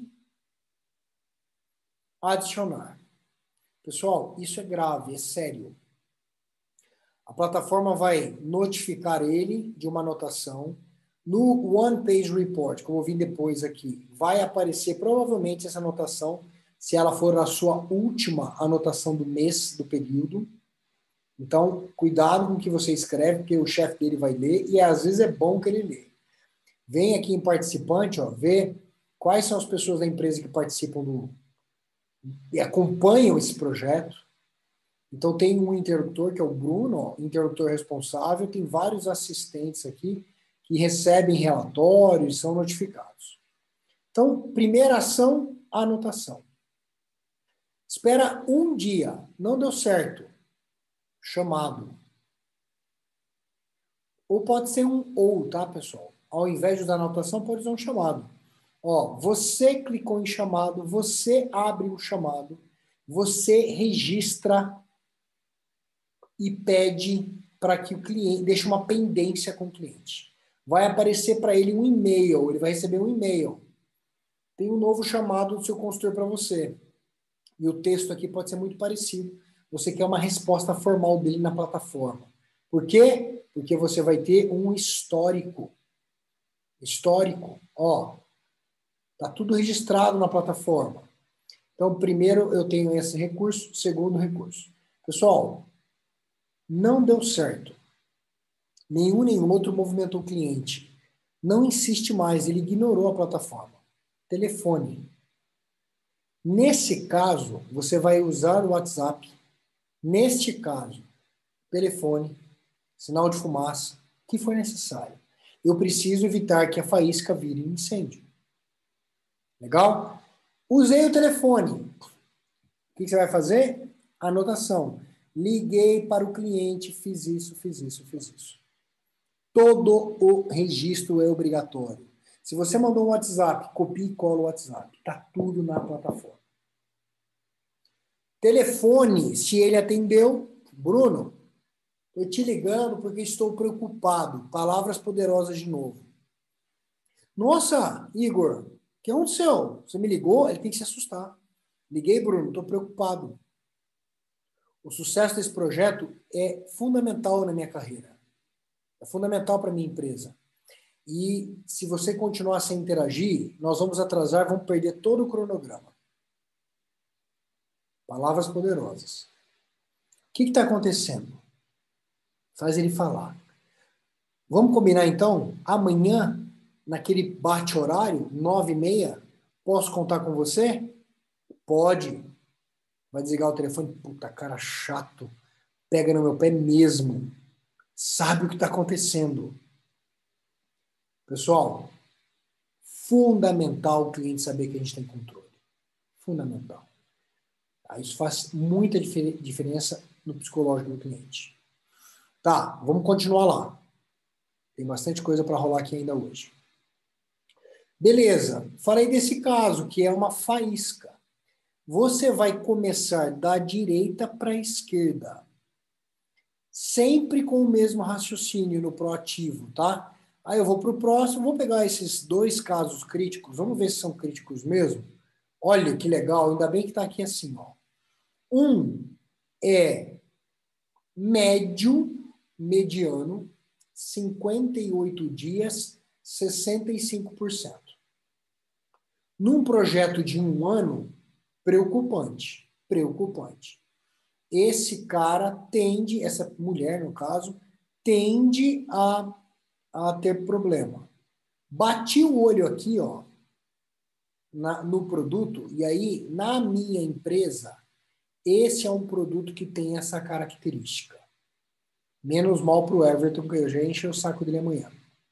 Adicionar. Pessoal, isso é grave, é sério. A plataforma vai notificar ele de uma anotação. No One Page Report, que eu vou vir depois aqui, vai aparecer provavelmente essa anotação, se ela for a sua última anotação do mês, do período. Então, cuidado com o que você escreve, porque o chefe dele vai ler, e às vezes é bom que ele lê. Vem aqui em participante, ó, vê quais são as pessoas da empresa que participam e acompanham esse projeto. Então, tem um interlocutor, que é o Bruno, ó, interlocutor responsável, tem vários assistentes aqui que recebem relatórios, são notificados. Então, primeira ação, anotação. Espera um dia, não deu certo, chamado. Ou pode ser tá, pessoal? Ao invés de usar anotação, pode usar um chamado. Ó, você clicou em chamado, você abre o chamado, você registra e pede para que o cliente deixe uma pendência com o cliente. Vai aparecer para ele um e-mail, ele vai receber um e-mail. Tem um novo chamado do seu consultor para você. E o texto aqui pode ser muito parecido. Você quer uma resposta formal dele na plataforma. Por quê? Porque você vai ter um histórico. Histórico, ó. Tá tudo registrado na plataforma. Então, primeiro eu tenho esse recurso, segundo recurso. Pessoal, não deu certo. Nenhum outro movimentou o cliente. Não insiste mais, ele ignorou a plataforma. Telefone. Nesse caso, você vai usar o WhatsApp. Neste caso, telefone, sinal de fumaça. que for necessário. Eu preciso evitar que a faísca vire um incêndio. Legal? Usei o telefone. O que você vai fazer? Anotação. Liguei para o cliente, fiz isso, fiz isso, fiz isso. Todo o registro é obrigatório. Se você mandou um WhatsApp, copia e cola o WhatsApp. Está tudo na plataforma. Telefone, se ele atendeu, Bruno, estou te ligando porque estou preocupado. Palavras poderosas de novo. Nossa, Igor, o que aconteceu? Você me ligou? Ele tem que se assustar. Liguei, Bruno, estou preocupado. O sucesso desse projeto é fundamental na minha carreira. É fundamental para a minha empresa. E se você continuar sem interagir, nós vamos atrasar, vamos perder todo o cronograma. Palavras poderosas. O que está acontecendo? Faz ele falar. Vamos combinar então? Amanhã, naquele bate-horário, 9h30, posso contar com você? Pode. Vai desligar o telefone. Puta, cara chato. Pega no meu pé mesmo. Sabe o que está acontecendo. Pessoal, fundamental o cliente saber que a gente tem controle. Fundamental. Isso faz muita diferença no psicológico do cliente. Tá, vamos continuar lá. Tem bastante coisa para rolar aqui ainda hoje. Beleza, falei desse caso, que é uma faísca. Você vai começar da direita para a esquerda. Sempre com o mesmo raciocínio no proativo, tá? Aí eu vou para o próximo, vou pegar esses 2 casos críticos, vamos ver se são críticos mesmo. Olha que legal, ainda bem que está aqui assim, ó. Um é médio, mediano, 58 dias, 65%. Num projeto de 1 ano, preocupante, preocupante. Esse cara tende, essa mulher, no caso, tende a ter problema. Bati o olho aqui, ó, no produto, e aí, na minha empresa, esse é um produto que tem essa característica. Menos mal para o Everton, que eu já enchi o saco dele amanhã.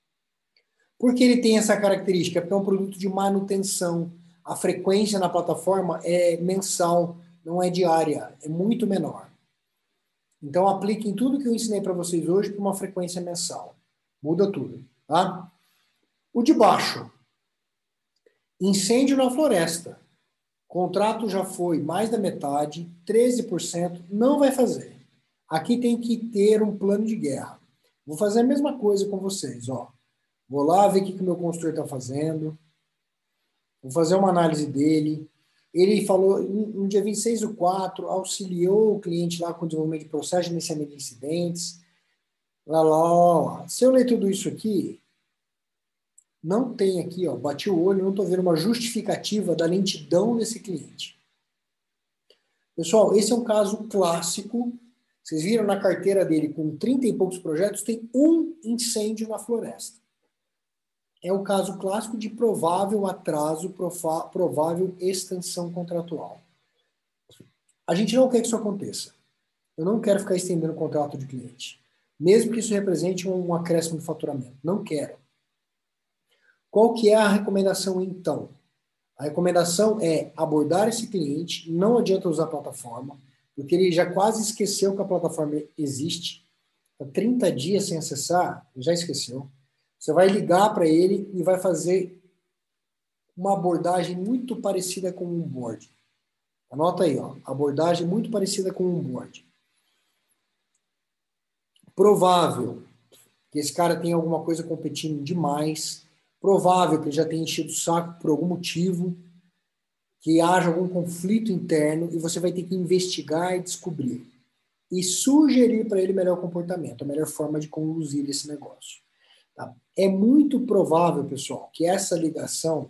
Por que ele tem essa característica? Porque é um produto de manutenção. A frequência na plataforma é mensal, não é diária, é muito menor. Então, apliquem tudo que eu ensinei para vocês hoje para uma frequência mensal. Muda tudo, tá? O de baixo. Incêndio na floresta. Contrato já foi mais da metade, 13%, não vai fazer. Aqui tem que ter um plano de guerra. Vou fazer a mesma coisa com vocês, ó. Vou lá ver o que o meu consultor está fazendo. Vou fazer uma análise dele. Ele falou, no dia 26/4, auxiliou o cliente lá com o desenvolvimento de processo de gerenciamento de incidentes. Lá. Se eu ler tudo isso aqui, não tem aqui, ó, bati o olho, não estou vendo uma justificativa da lentidão desse cliente. Pessoal, esse é um caso clássico. Vocês viram na carteira dele, com 30 e poucos projetos, tem um incêndio na floresta. É o caso clássico de provável atraso, provável extensão contratual. A gente não quer que isso aconteça. Eu não quero ficar estendendo o contrato de cliente. Mesmo que isso represente um acréscimo de faturamento. Não quero. Qual que é a recomendação, então? A recomendação é abordar esse cliente, não adianta usar a plataforma, porque ele já quase esqueceu que a plataforma existe. Há 30 dias sem acessar, já esqueceu. Você vai ligar para ele e vai fazer uma abordagem muito parecida com um onboard. Anota aí, ó, abordagem muito parecida com um onboard. Provável que esse cara tenha alguma coisa competindo demais. Provável que ele já tenha enchido o saco por algum motivo, que haja algum conflito interno e você vai ter que investigar e descobrir. E sugerir para ele o melhor comportamento, a melhor forma de conduzir esse negócio. Tá? É muito provável, pessoal, que essa ligação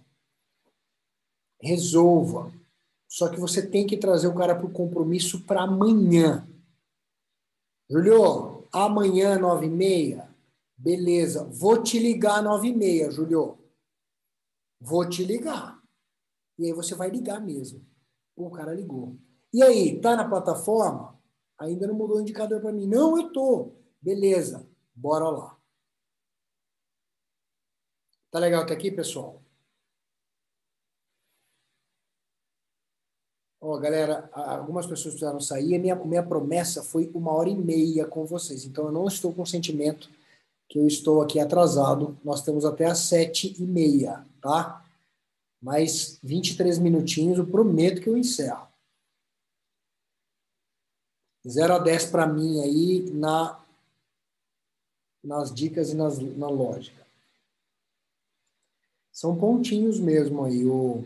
resolva. Só que você tem que trazer o cara para o compromisso para amanhã. Julio, amanhã, 9h30? Beleza, vou te ligar 9h30, Julio. Vou te ligar. E aí você vai ligar mesmo. Pô, o cara ligou. E aí, tá na plataforma? Ainda não mudou o indicador para mim. Não, eu tô. Beleza, bora lá. Tá legal até aqui, pessoal? Ó, galera, algumas pessoas precisaram sair. Minha promessa foi 1h30 com vocês. Então, eu não estou com o sentimento que eu estou aqui atrasado. Nós temos até às 7h30, tá? Mais 23 minutinhos, eu prometo que eu encerro. 0 a 10 para mim aí nas dicas e na lógica. São pontinhos mesmo aí.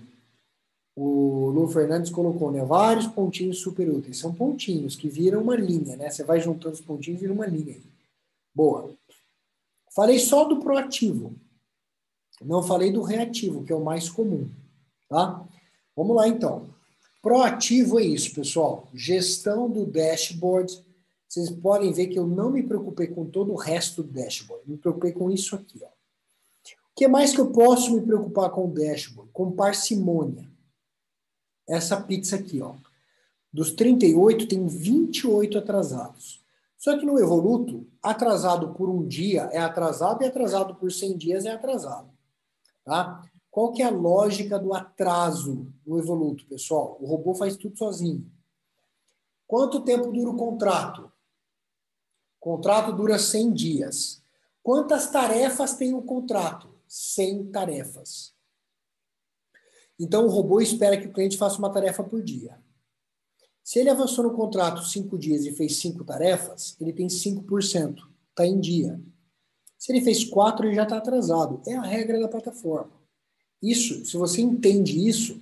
O Lu Fernandes colocou, né? Vários pontinhos super úteis. São pontinhos que viram uma linha, né? Você vai juntando os pontinhos e vira uma linha aí. Boa. Falei só do proativo. Não falei do reativo, que é o mais comum, tá? Vamos lá, então. Proativo é isso, pessoal. Gestão do dashboard. Vocês podem ver que eu não me preocupei com todo o resto do dashboard. Me preocupei com isso aqui, ó. O que mais que eu posso me preocupar com o dashboard? Com parcimônia. Essa pizza aqui, ó. Dos 38, tem 28 atrasados. Só que no Evoluto, atrasado por um dia é atrasado e atrasado por 100 dias é atrasado. Tá? Qual que é a lógica do atraso no Evoluto, pessoal? O robô faz tudo sozinho. Quanto tempo dura o contrato? O contrato dura 100 dias. Quantas tarefas tem o contrato? 100 tarefas. Então, o robô espera que o cliente faça uma tarefa por dia. Se ele avançou no contrato 5 dias e fez 5 tarefas, ele tem 5%. Está em dia. Se ele fez 4, ele já está atrasado. É a regra da plataforma. Isso, se você entende isso,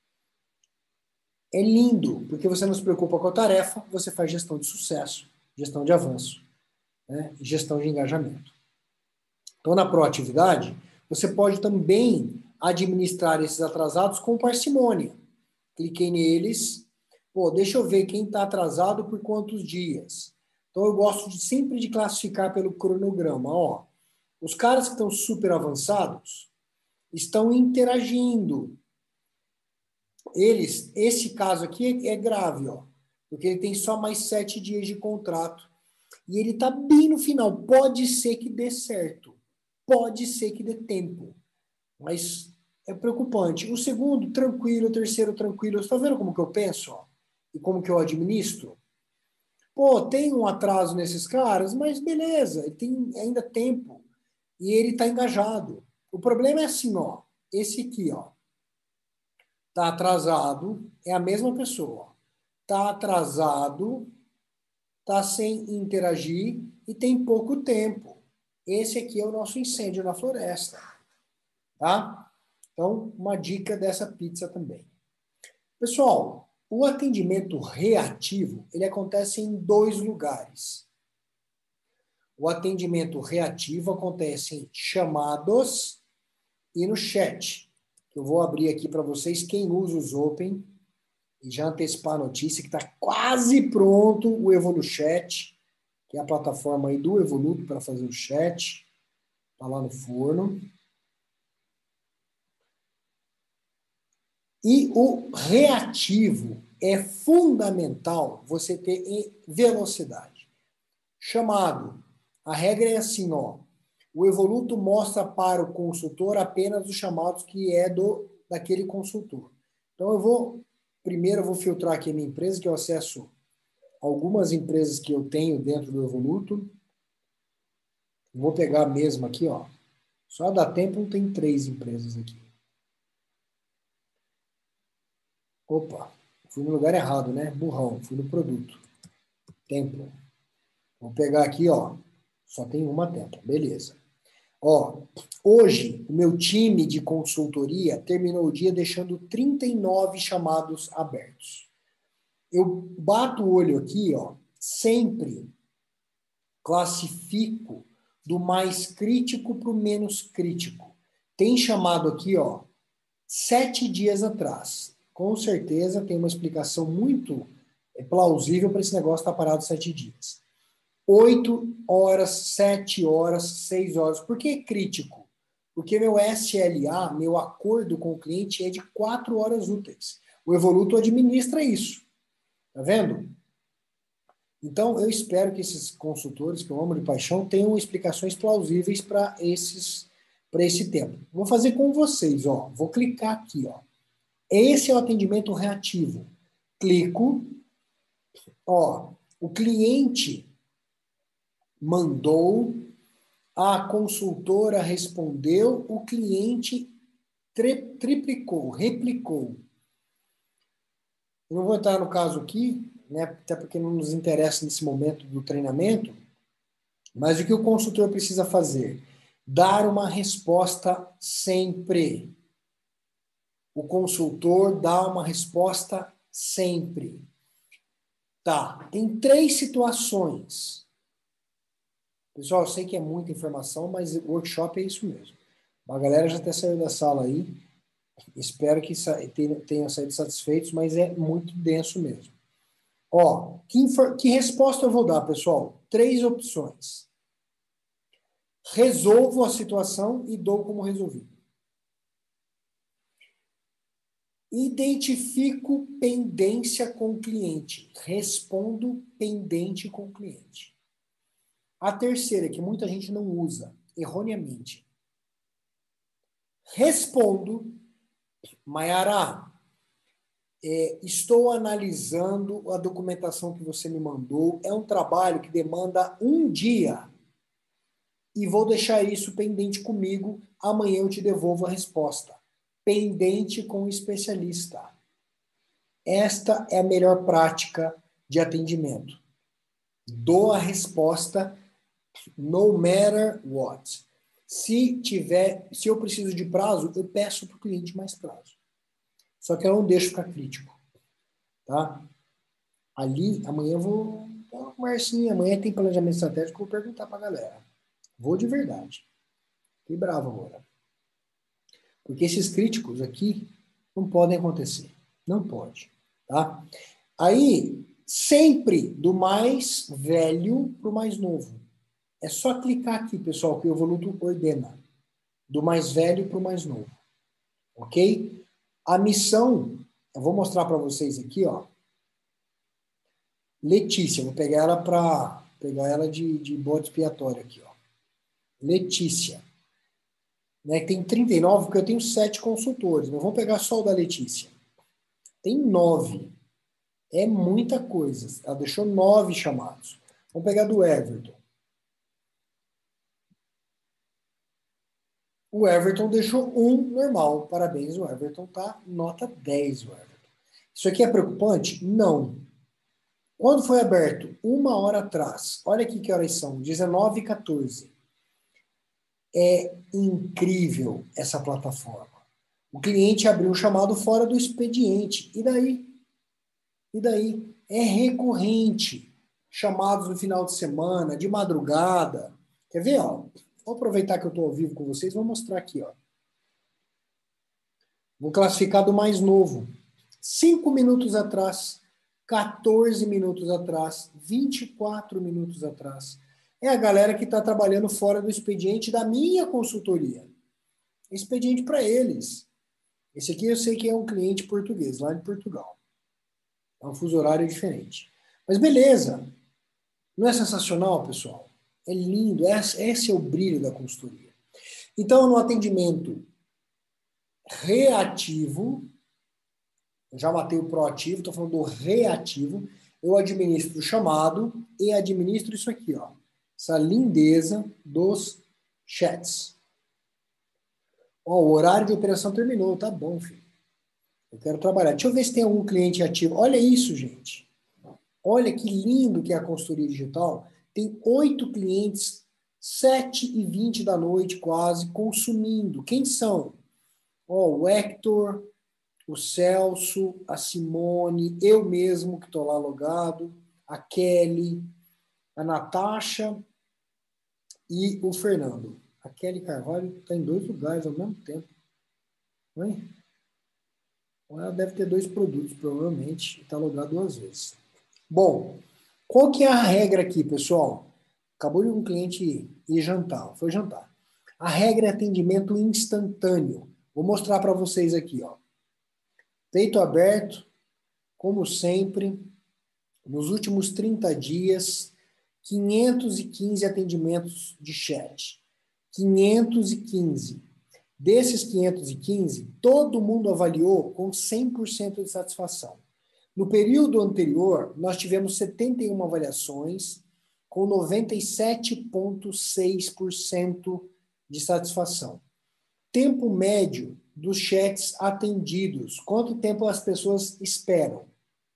é lindo, porque você não se preocupa com a tarefa, você faz gestão de sucesso, gestão de avanço, né? Gestão de engajamento. Então, na proatividade, você pode também administrar esses atrasados com parcimônia. Cliquei neles. Pô, deixa eu ver quem está atrasado por quantos dias. Então, eu gosto sempre de classificar pelo cronograma. Ó, os caras que estão super avançados estão interagindo. Esse caso aqui é grave, ó, porque ele tem só mais 7 dias de contrato. E ele está bem no final. Pode ser que dê certo. Pode ser que dê tempo. Mas é preocupante. O segundo, tranquilo. O terceiro, tranquilo. Você está vendo como que eu penso? Ó? E como que eu administro? Pô, tem um atraso nesses caras, mas beleza, ele tem ainda tempo. E ele está engajado. O problema é assim, ó. Esse aqui, ó. Tá atrasado, é a mesma pessoa. Tá atrasado, tá sem interagir e tem pouco tempo. Esse aqui é o nosso incêndio na floresta. Tá? Então, uma dica dessa pizza também. Pessoal, o atendimento reativo, ele acontece em 2 lugares. O atendimento reativo acontece em chamados e no chat. Eu vou abrir aqui para vocês quem usa os Open e já antecipar a notícia que está quase pronto o EvoluChat, que é a plataforma aí do Evoluto para fazer o chat. Está lá no forno. E o reativo é fundamental você ter em velocidade. Chamado. A regra é assim, ó. O Evoluto mostra para o consultor apenas os chamados que é daquele consultor. Então primeiro eu vou filtrar aqui a minha empresa, que eu acesso algumas empresas que eu tenho dentro do Evoluto. Vou pegar a mesma aqui, ó. Só dá tempo, tem 3 empresas aqui. Opa, fui no lugar errado, né? Burrão, fui no produto. Templo. Vou pegar aqui, ó. Só tem uma Templo, beleza. Ó, hoje, o meu time de consultoria terminou o dia deixando 39 chamados abertos. Eu bato o olho aqui, ó, sempre classifico do mais crítico para o menos crítico. Tem chamado aqui, ó, 7 dias atrás. Com certeza tem uma explicação muito plausível para esse negócio estar parado 7 dias. 8 horas, 7 horas, 6 horas. Por que crítico? Porque meu SLA, meu acordo com o cliente é de 4 horas úteis. O Evoluto administra isso. Tá vendo? Então, eu espero que esses consultores, que eu amo de paixão, tenham explicações plausíveis para para esse tempo. Vou fazer com vocês, ó. Vou clicar aqui, ó. Esse é o atendimento reativo. Clico, ó, o cliente mandou, a consultora respondeu, o cliente triplicou, replicou. Eu não vou entrar no caso aqui, né, até porque não nos interessa nesse momento do treinamento, mas o que o consultor precisa fazer? Dar uma resposta sempre. O consultor dá uma resposta sempre. Tá, tem 3 situações. Pessoal, eu sei que é muita informação, mas o workshop é isso mesmo. A galera já até saiu da sala aí. Espero que tenham saído satisfeitos, mas é muito denso mesmo. Ó, que resposta eu vou dar, pessoal? 3 opções. Resolvo a situação e dou como resolvido. Identifico pendência com o cliente. Respondo pendente com o cliente. A terceira, que muita gente não usa, erroneamente. Respondo, Mayara, estou analisando a documentação que você me mandou. É um trabalho que demanda um dia. E vou deixar isso pendente comigo. Amanhã eu te devolvo a resposta. Pendente com o especialista. Esta é a melhor prática de atendimento. Dou a resposta no matter what. Se eu preciso de prazo, eu peço para o cliente mais prazo. Só que eu não deixo ficar crítico. Tá? Ali, amanhã eu vou dar uma conversinha. Amanhã tem planejamento estratégico, eu vou perguntar para a galera. Vou de verdade. Fiquei bravo agora. Porque esses críticos aqui não podem acontecer. Não pode. Tá? Aí, sempre do mais velho para o mais novo. É só clicar aqui, pessoal, que o Evoluto ordena. Do mais velho para o mais novo. Ok? A missão, eu vou mostrar para vocês aqui, ó. Letícia, vou pegar ela de bode expiatório aqui, ó. Letícia. Né, tem 39, porque eu tenho 7 consultores. Mas vamos pegar só o da Letícia. Tem 9. É muita coisa. Ela deixou 9 chamados. Vamos pegar do Everton. O Everton deixou 1 normal. Parabéns, o Everton tá nota 10, o Everton. Isso aqui é preocupante? Não. Quando foi aberto? 1 hora atrás. Olha aqui que horas são. 19h14. É incrível essa plataforma. O cliente abriu um chamado fora do expediente. E daí? E daí? É recorrente. Chamados no final de semana, de madrugada. Quer ver? Ó? Vou aproveitar que eu estou ao vivo com vocês, vou mostrar aqui. Ó. Vou classificar do mais novo. 5 minutos atrás, 14 minutos atrás, 24 minutos atrás. É a galera que está trabalhando fora do expediente da minha consultoria. Expediente para eles. Esse aqui eu sei que é um cliente português, lá de Portugal. É um fuso horário diferente. Mas beleza. Não é sensacional, pessoal? É lindo. Esse é o brilho da consultoria. Então, no atendimento reativo, eu já matei o proativo, estou falando do reativo, eu administro o chamado e administro isso aqui, ó. Essa lindeza dos chats. Ó, o horário de operação terminou, tá bom, filho. Eu quero trabalhar. Deixa eu ver se tem algum cliente ativo. Olha isso, gente. Olha que lindo que é a consultoria digital. Tem 8 clientes, 7h20 da noite quase, consumindo. Quem são? Ó, o Hector, o Celso, a Simone, eu mesmo que estou lá logado, a Kelly, a Natasha e o Fernando. A Kelly Carvalho está em 2 lugares ao mesmo tempo. Não é? Ela deve ter 2 produtos, provavelmente, e está logado 2 vezes. Bom, qual que é a regra aqui, pessoal? Acabou de um cliente ir jantar, foi jantar. A regra é atendimento instantâneo. Vou mostrar para vocês aqui, ó. Peito aberto, como sempre, nos últimos 30 dias, 515 atendimentos de chat. 515. Desses 515, todo mundo avaliou com 100% de satisfação. No período anterior, nós tivemos 71 avaliações com 97,6% de satisfação. Tempo médio dos chats atendidos. Quanto tempo as pessoas esperam?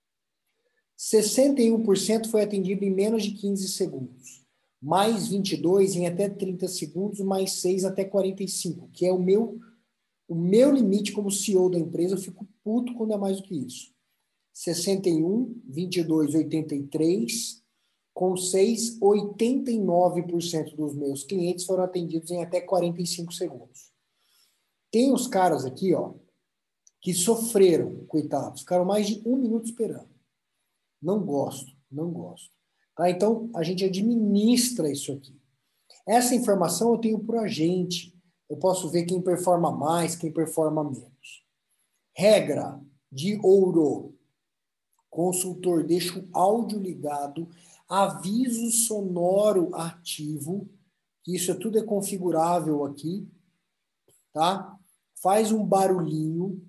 61% foi atendido em menos de 15 segundos. Mais 22 em até 30 segundos, mais 6 até 45, que é o meu limite como CEO da empresa. Eu fico puto quando é mais do que isso. 61, 22, 83, com 6, 89% dos meus clientes foram atendidos em até 45 segundos. Tem os caras aqui, ó, que sofreram, coitados, ficaram mais de 1 minuto esperando. Não gosto, não gosto. Tá? Então, a gente administra isso aqui. Essa informação eu tenho por agente. Eu posso ver quem performa mais, quem performa menos. Regra de ouro. Consultor deixa o áudio ligado, aviso sonoro ativo, que isso tudo é configurável aqui, tá? Faz um barulhinho.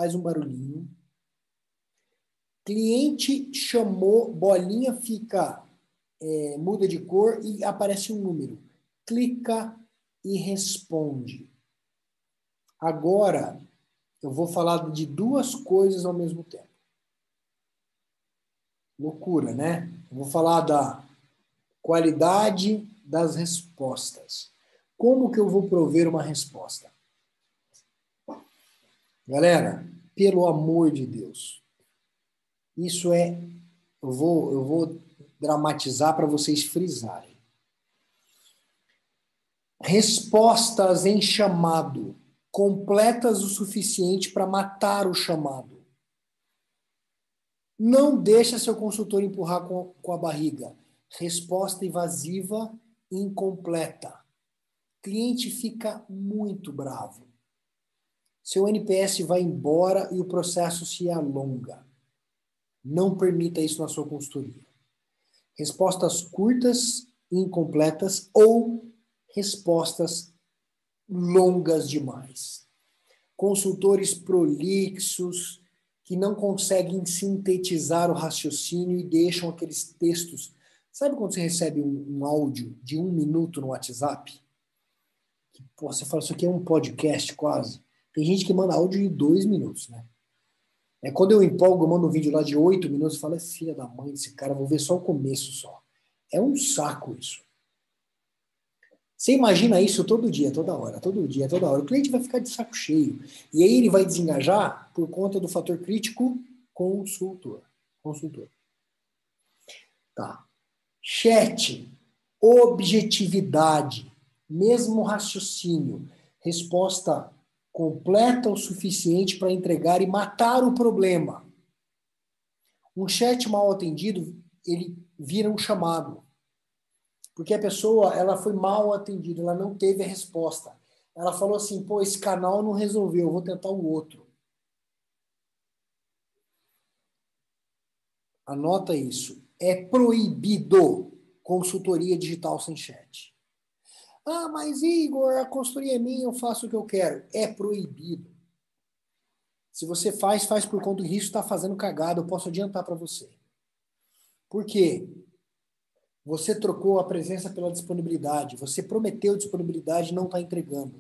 Cliente chamou, bolinha fica, muda de cor e aparece um número. Clica e responde. Agora, eu vou falar de duas coisas ao mesmo tempo. Loucura, né? Eu vou falar da qualidade das respostas. Como que eu vou prover uma resposta? Galera, pelo amor de Deus, isso eu vou dramatizar para vocês frisarem. Respostas em chamado, completas o suficiente para matar o chamado. Não deixa seu consultor empurrar com a barriga. Resposta evasiva incompleta. Cliente fica muito bravo. Seu NPS vai embora e o processo se alonga. Não permita isso na sua consultoria. Respostas curtas e incompletas ou respostas longas demais. Consultores prolixos que não conseguem sintetizar o raciocínio e deixam aqueles textos. Sabe quando você recebe um áudio de 1 minuto no WhatsApp? Que, pô, você fala, isso aqui é um podcast quase. Tem gente que manda áudio de 2 minutos, né? Quando eu empolgo, eu mando um vídeo lá de 8 minutos e falo, filha da mãe desse cara, vou ver só o começo só. É um saco isso. Você imagina isso todo dia, toda hora, todo dia, toda hora. O cliente vai ficar de saco cheio. E aí ele vai desengajar por conta do fator crítico consultor. Tá. Chat, objetividade, mesmo raciocínio, resposta completa o suficiente para entregar e matar o problema. Um chat mal atendido, ele vira um chamado. Porque a pessoa, ela foi mal atendida, ela não teve a resposta. Ela falou assim, pô, esse canal não resolveu, eu vou tentar o outro. Anota isso. É proibido consultoria digital sem chat. Ah, mas Igor, a consultoria é minha, eu faço o que eu quero. É proibido. Se você faz por conta do risco, está fazendo cagada, eu posso adiantar para você. Por quê? Você trocou a presença pela disponibilidade. Você prometeu disponibilidade e não está entregando.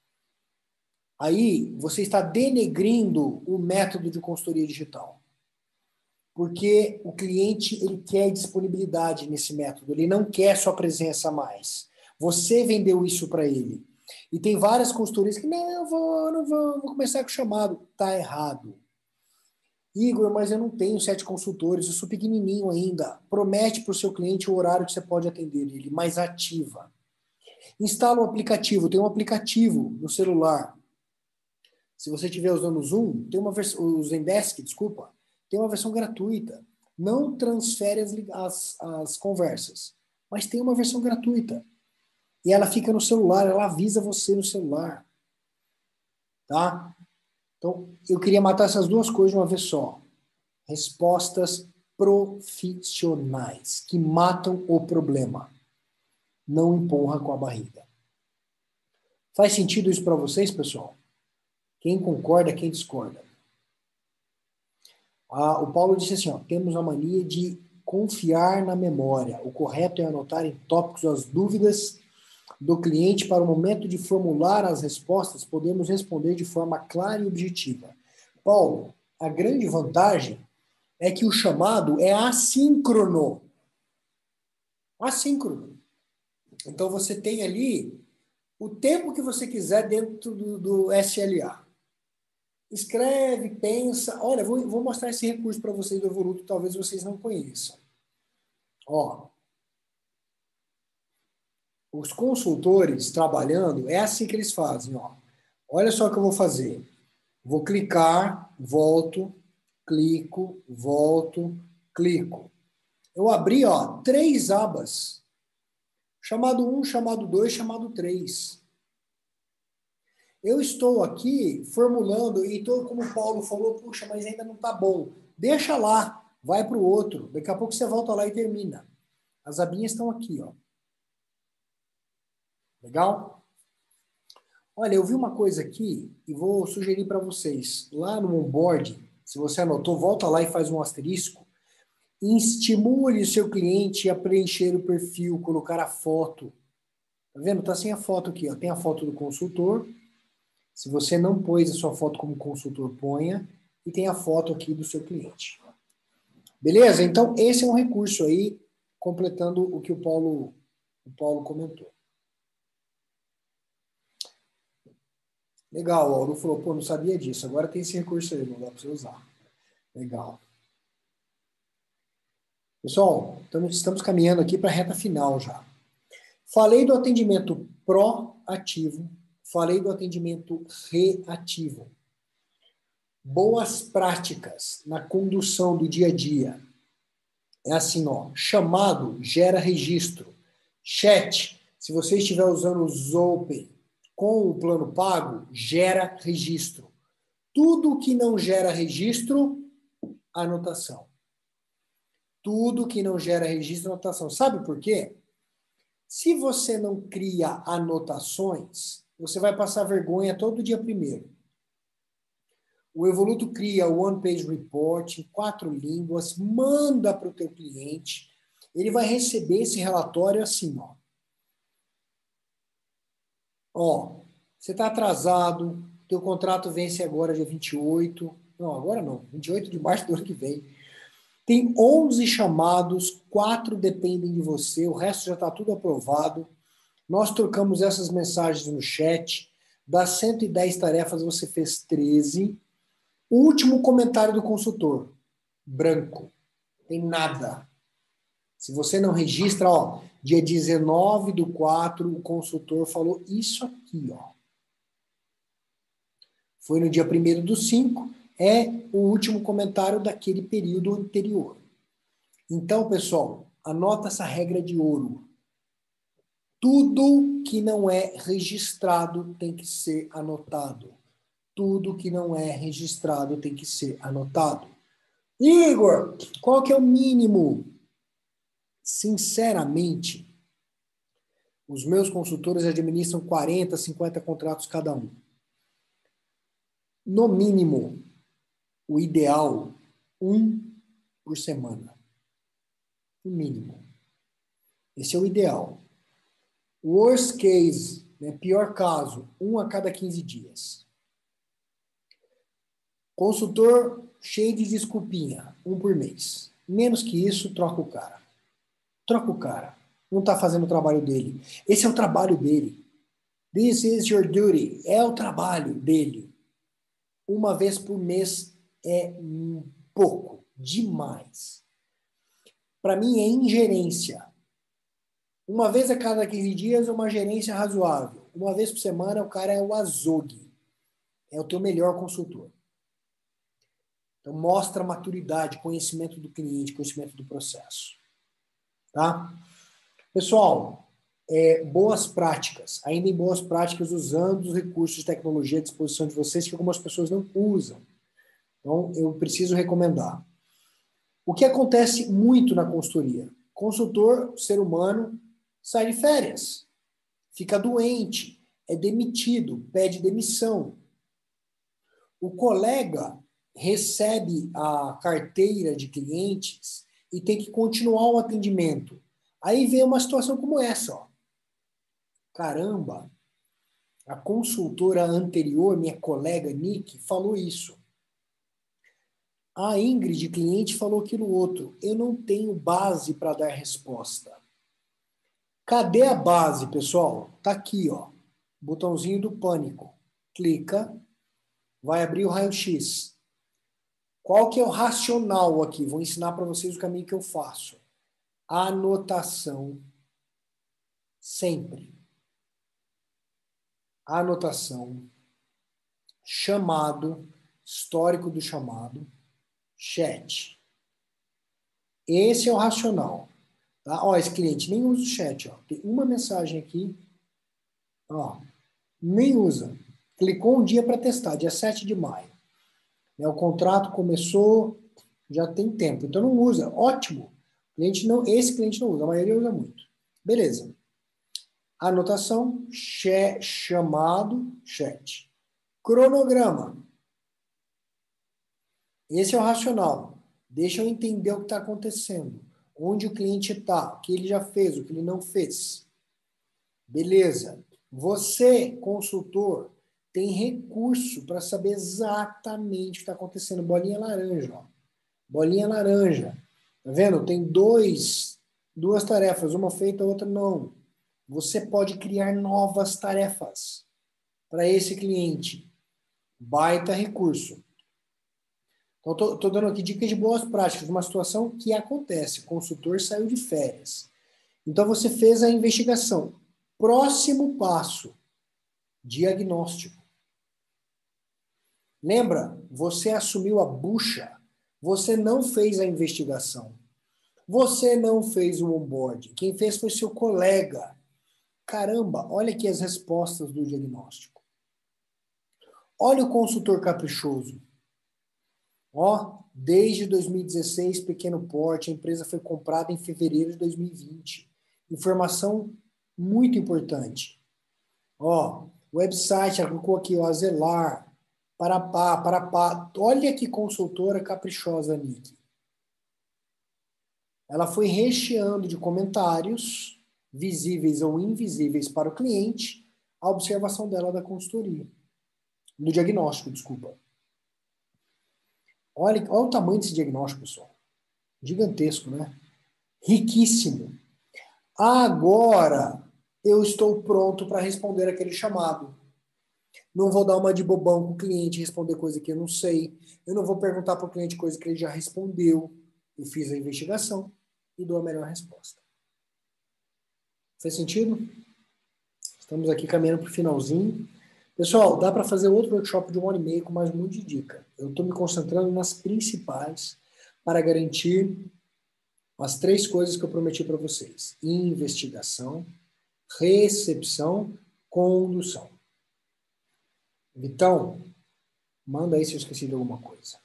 Aí, você está denegrindo o método de consultoria digital. Porque o cliente, ele quer disponibilidade nesse método. Ele não quer sua presença a mais. Você vendeu isso para ele. E tem várias consultorias que, não vou começar com o chamado. Tá errado. Igor, mas eu não tenho 7 consultores, eu sou pequenininho ainda. Promete para o seu cliente o horário que você pode atender ele, mas ativa. Instala um aplicativo, tem um aplicativo no celular. Se você estiver usando o Zoom, tem uma versão, o Zendesk, desculpa, tem uma versão gratuita. Não transfere as conversas, mas tem uma versão gratuita. E ela fica no celular, ela avisa você no celular. Tá? Então, eu queria matar essas duas coisas de uma vez só. Respostas profissionais, que matam o problema. Não empurra com a barriga. Faz sentido isso para vocês, pessoal? Quem concorda, quem discorda? O Paulo disse assim, ó, temos a mania de confiar na memória. O correto é anotar em tópicos as dúvidas do cliente para o momento de formular as respostas, podemos responder de forma clara e objetiva. Paulo, a grande vantagem é que o chamado é assíncrono. Assíncrono. Então você tem ali o tempo que você quiser dentro do SLA. Escreve, pensa. Olha, vou mostrar esse recurso para vocês do Evoluto, talvez vocês não conheçam. Ó, os consultores trabalhando, é assim que eles fazem. Ó. Olha só o que eu vou fazer. Vou clicar, volto, clico, volto, clico. Eu abri 3 abas. Chamado 1, chamado 2, chamado 3. Eu estou aqui formulando, e estou, como o Paulo falou, puxa, mas ainda não está bom. Deixa lá, vai para o outro. Daqui a pouco você volta lá e termina. As abinhas estão aqui, ó. Legal? Olha, eu vi uma coisa aqui e vou sugerir para vocês. Lá no onboard, se você anotou, volta lá e faz um asterisco. E estimule o seu cliente a preencher o perfil, colocar a foto. Tá vendo? Tá sem a foto aqui, ó. Tem a foto do consultor. Se você não pôs a sua foto como consultor, ponha. E tem a foto aqui do seu cliente. Beleza? Então, esse é um recurso aí, completando o que o Paulo comentou. Legal, o Auro falou, pô, não sabia disso. Agora tem esse recurso aí, não dá para você usar. Legal. Pessoal, estamos caminhando aqui para a reta final já. Falei do atendimento proativo, falei do atendimento reativo. Boas práticas na condução do dia a dia. É assim, ó, chamado gera registro. Chat, se você estiver usando o Zopen com o plano pago, gera registro. Tudo que não gera registro, anotação. Tudo que não gera registro, anotação. Sabe por quê? Se você não cria anotações, você vai passar vergonha todo dia primeiro. O Evoluto cria o One Page Report em 4 línguas, manda para o teu cliente, ele vai receber esse relatório assim, ó. Ó, você está atrasado, teu contrato vence agora dia 28, não, agora não, 28 de março do ano que vem. Tem 11 chamados, 4 dependem de você, o resto já está tudo aprovado. Nós trocamos essas mensagens no chat. Das 110 tarefas, você fez 13. O último comentário do consultor, branco. Tem nada. Se você não registra, ó, dia 19/4, o consultor falou isso aqui, ó. Foi no dia 1º/5, é o último comentário daquele período anterior. Então, pessoal, anota essa regra de ouro. Tudo que não é registrado tem que ser anotado. Tudo que não é registrado tem que ser anotado. Igor, qual que é o mínimo? Sinceramente, os meus consultores administram 40, 50 contratos cada um. No mínimo, o ideal, 1 por semana. No mínimo. Esse é o ideal. Worst case, né, pior caso, 1 a cada 15 dias. Consultor cheio de desculpinha, 1 por mês. Menos que isso, troca o cara. Troca o cara. Não está fazendo o trabalho dele. Esse é o trabalho dele. This is your duty. É o trabalho dele. 1 vez por mês é pouco. Demais. Para mim é ingerência. 1 vez a cada 15 dias é uma gerência razoável. 1 vez por semana o cara é o azogue. É o teu melhor consultor. Então mostra maturidade, conhecimento do cliente, conhecimento do processo. Tá? Pessoal, boas práticas. Ainda em boas práticas usando os recursos de tecnologia à disposição de vocês que algumas pessoas não usam. Então eu preciso recomendar. O que acontece muito na consultoria? Consultor, ser humano, sai de férias, fica doente, é demitido, pede demissão. O colega recebe a carteira de clientes e tem que continuar o atendimento. Aí vem uma situação como essa, ó. Caramba, a consultora anterior, minha colega Nick, falou isso. A Ingrid, cliente, falou aquilo outro. Eu não tenho base para dar resposta. Cadê a base, pessoal? Tá aqui, ó. Botãozinho do pânico. Clica, vai abrir o raio-x. Qual que é o racional aqui? Vou ensinar para vocês o caminho que eu faço. Anotação. Sempre. Anotação. Chamado. Histórico do chamado. Chat. Esse é o racional. Tá? Ó, esse cliente nem usa o chat. Ó. Tem uma mensagem aqui. Ó, nem usa. Clicou um dia para testar, dia 7 de maio. O contrato começou, já tem tempo. Então não usa. Ótimo. Esse cliente não usa, a maioria usa muito. Beleza. Anotação, chamado, chat. Cronograma. Esse é o racional. Deixa eu entender o que está acontecendo. Onde o cliente está, o que ele já fez, o que ele não fez. Beleza. Você, consultor, tem recurso para saber exatamente o que está acontecendo. Bolinha laranja, ó. Bolinha laranja. Tá vendo? Tem duas tarefas, uma feita, a outra não. Você pode criar novas tarefas para esse cliente. Baita recurso. Então, estou dando aqui dicas de boas práticas, uma situação que acontece. O consultor saiu de férias. Então, você fez a investigação. Próximo passo, diagnóstico. Lembra? Você assumiu a bucha. Você não fez a investigação. Você não fez o onboard. Quem fez foi seu colega. Caramba, olha aqui as respostas do diagnóstico. Olha o consultor caprichoso. Ó, desde 2016, pequeno porte, a empresa foi comprada em fevereiro de 2020. Informação muito importante. Ó, website, ela colocou aqui, ó, Zelar, Parapá. Olha que consultora caprichosa, Nick. Ela foi recheando de comentários, visíveis ou invisíveis para o cliente, a observação dela da consultoria. No diagnóstico, desculpa. Olha o tamanho desse diagnóstico, pessoal. Gigantesco, né? Riquíssimo. Agora eu estou pronto para responder aquele chamado. Não vou dar uma de bobão com o cliente, responder coisa que eu não sei. Eu não vou perguntar para o cliente coisa que ele já respondeu. Eu fiz a investigação e dou a melhor resposta. Faz sentido? Estamos aqui caminhando para o finalzinho. Pessoal, dá para fazer outro workshop de 1h30 com mais um monte de dica. Eu estou me concentrando nas principais para garantir as 3 coisas que eu prometi para vocês. Investigação, recepção, condução. Vitão, manda aí se eu esqueci de alguma coisa.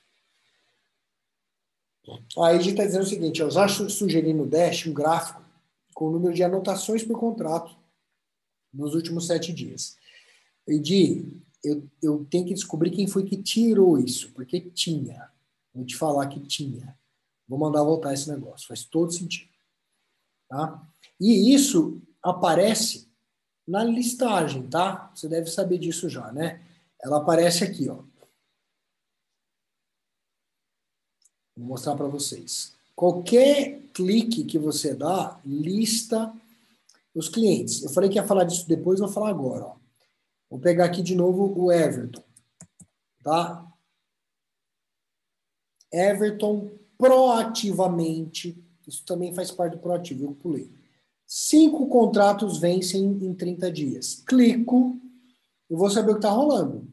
A Edi está dizendo o seguinte, eu já sugeri no Dash um gráfico com o número de anotações por contrato nos últimos 7 dias. Edi, eu tenho que descobrir quem foi que tirou isso, porque tinha. Vou te falar que tinha. Vou mandar voltar esse negócio, faz todo sentido. Tá? E isso aparece na listagem, tá? Você deve saber disso já, né? Ela aparece aqui, ó. Vou mostrar para vocês. Qualquer clique que você dá, lista os clientes. Eu falei que ia falar disso depois, vou falar agora, ó. Vou pegar aqui de novo o Everton, tá? Everton proativamente, isso também faz parte do proativo, eu pulei. 5 contratos vencem em 30 dias. Clico, eu vou saber o que está rolando.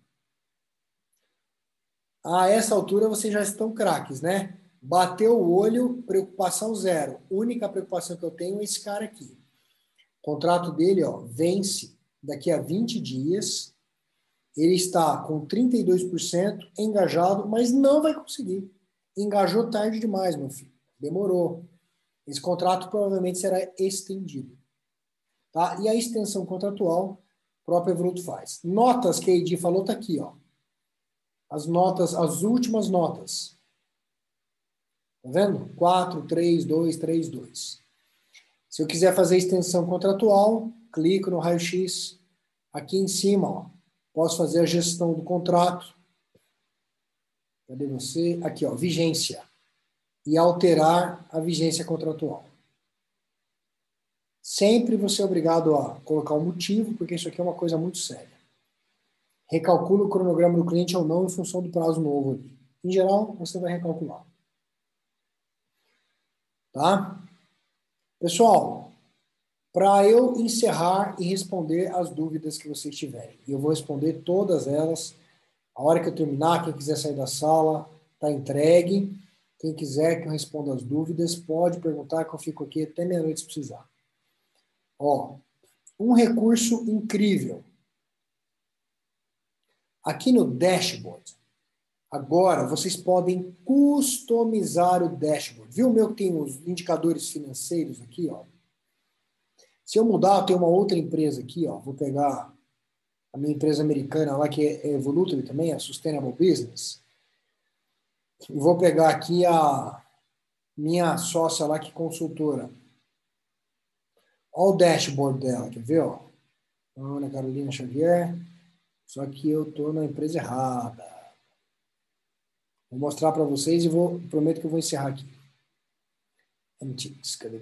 A essa altura vocês já estão craques, né? Bateu o olho, preocupação zero. Única preocupação que eu tenho é esse cara aqui. O contrato dele, ó, vence daqui a 20 dias. Ele está com 32% engajado, mas não vai conseguir. Engajou tarde demais, meu filho. Demorou. Esse contrato provavelmente será estendido. Tá? E a extensão contratual próprio Evoluto faz. Notas que a Edi falou tá aqui, ó. As notas, as últimas notas. Tá vendo? 4, 3, 2, 3, 2. Se eu quiser fazer extensão contratual, clico no raio-x. Aqui em cima, ó, posso fazer a gestão do contrato. Cadê você? Aqui, ó, vigência. E alterar a vigência contratual. Sempre você é obrigado a colocar um motivo, porque isso aqui é uma coisa muito séria. Recalcula o cronograma do cliente ou não em função do prazo novo ali. Em geral, você vai recalcular. Tá? Pessoal, para eu encerrar e responder as dúvidas que vocês tiverem, e eu vou responder todas elas, a hora que eu terminar, quem quiser sair da sala, tá entregue. Quem quiser que eu responda as dúvidas, pode perguntar que eu fico aqui até meia-noite se precisar. Ó, um recurso incrível. Aqui no dashboard, agora vocês podem customizar o dashboard. Viu o meu que tem os indicadores financeiros aqui, ó? Se eu mudar, eu tenho uma outra empresa aqui, ó. Vou pegar a minha empresa americana lá, que é Evolutory também, a Sustainable Business. E vou pegar aqui a minha sócia lá, que é consultora. Olha o dashboard dela, quer ver, ó? Ana Carolina Xavier. Só que eu estou na empresa errada. Vou mostrar para vocês e prometo que eu vou encerrar aqui. Cadê?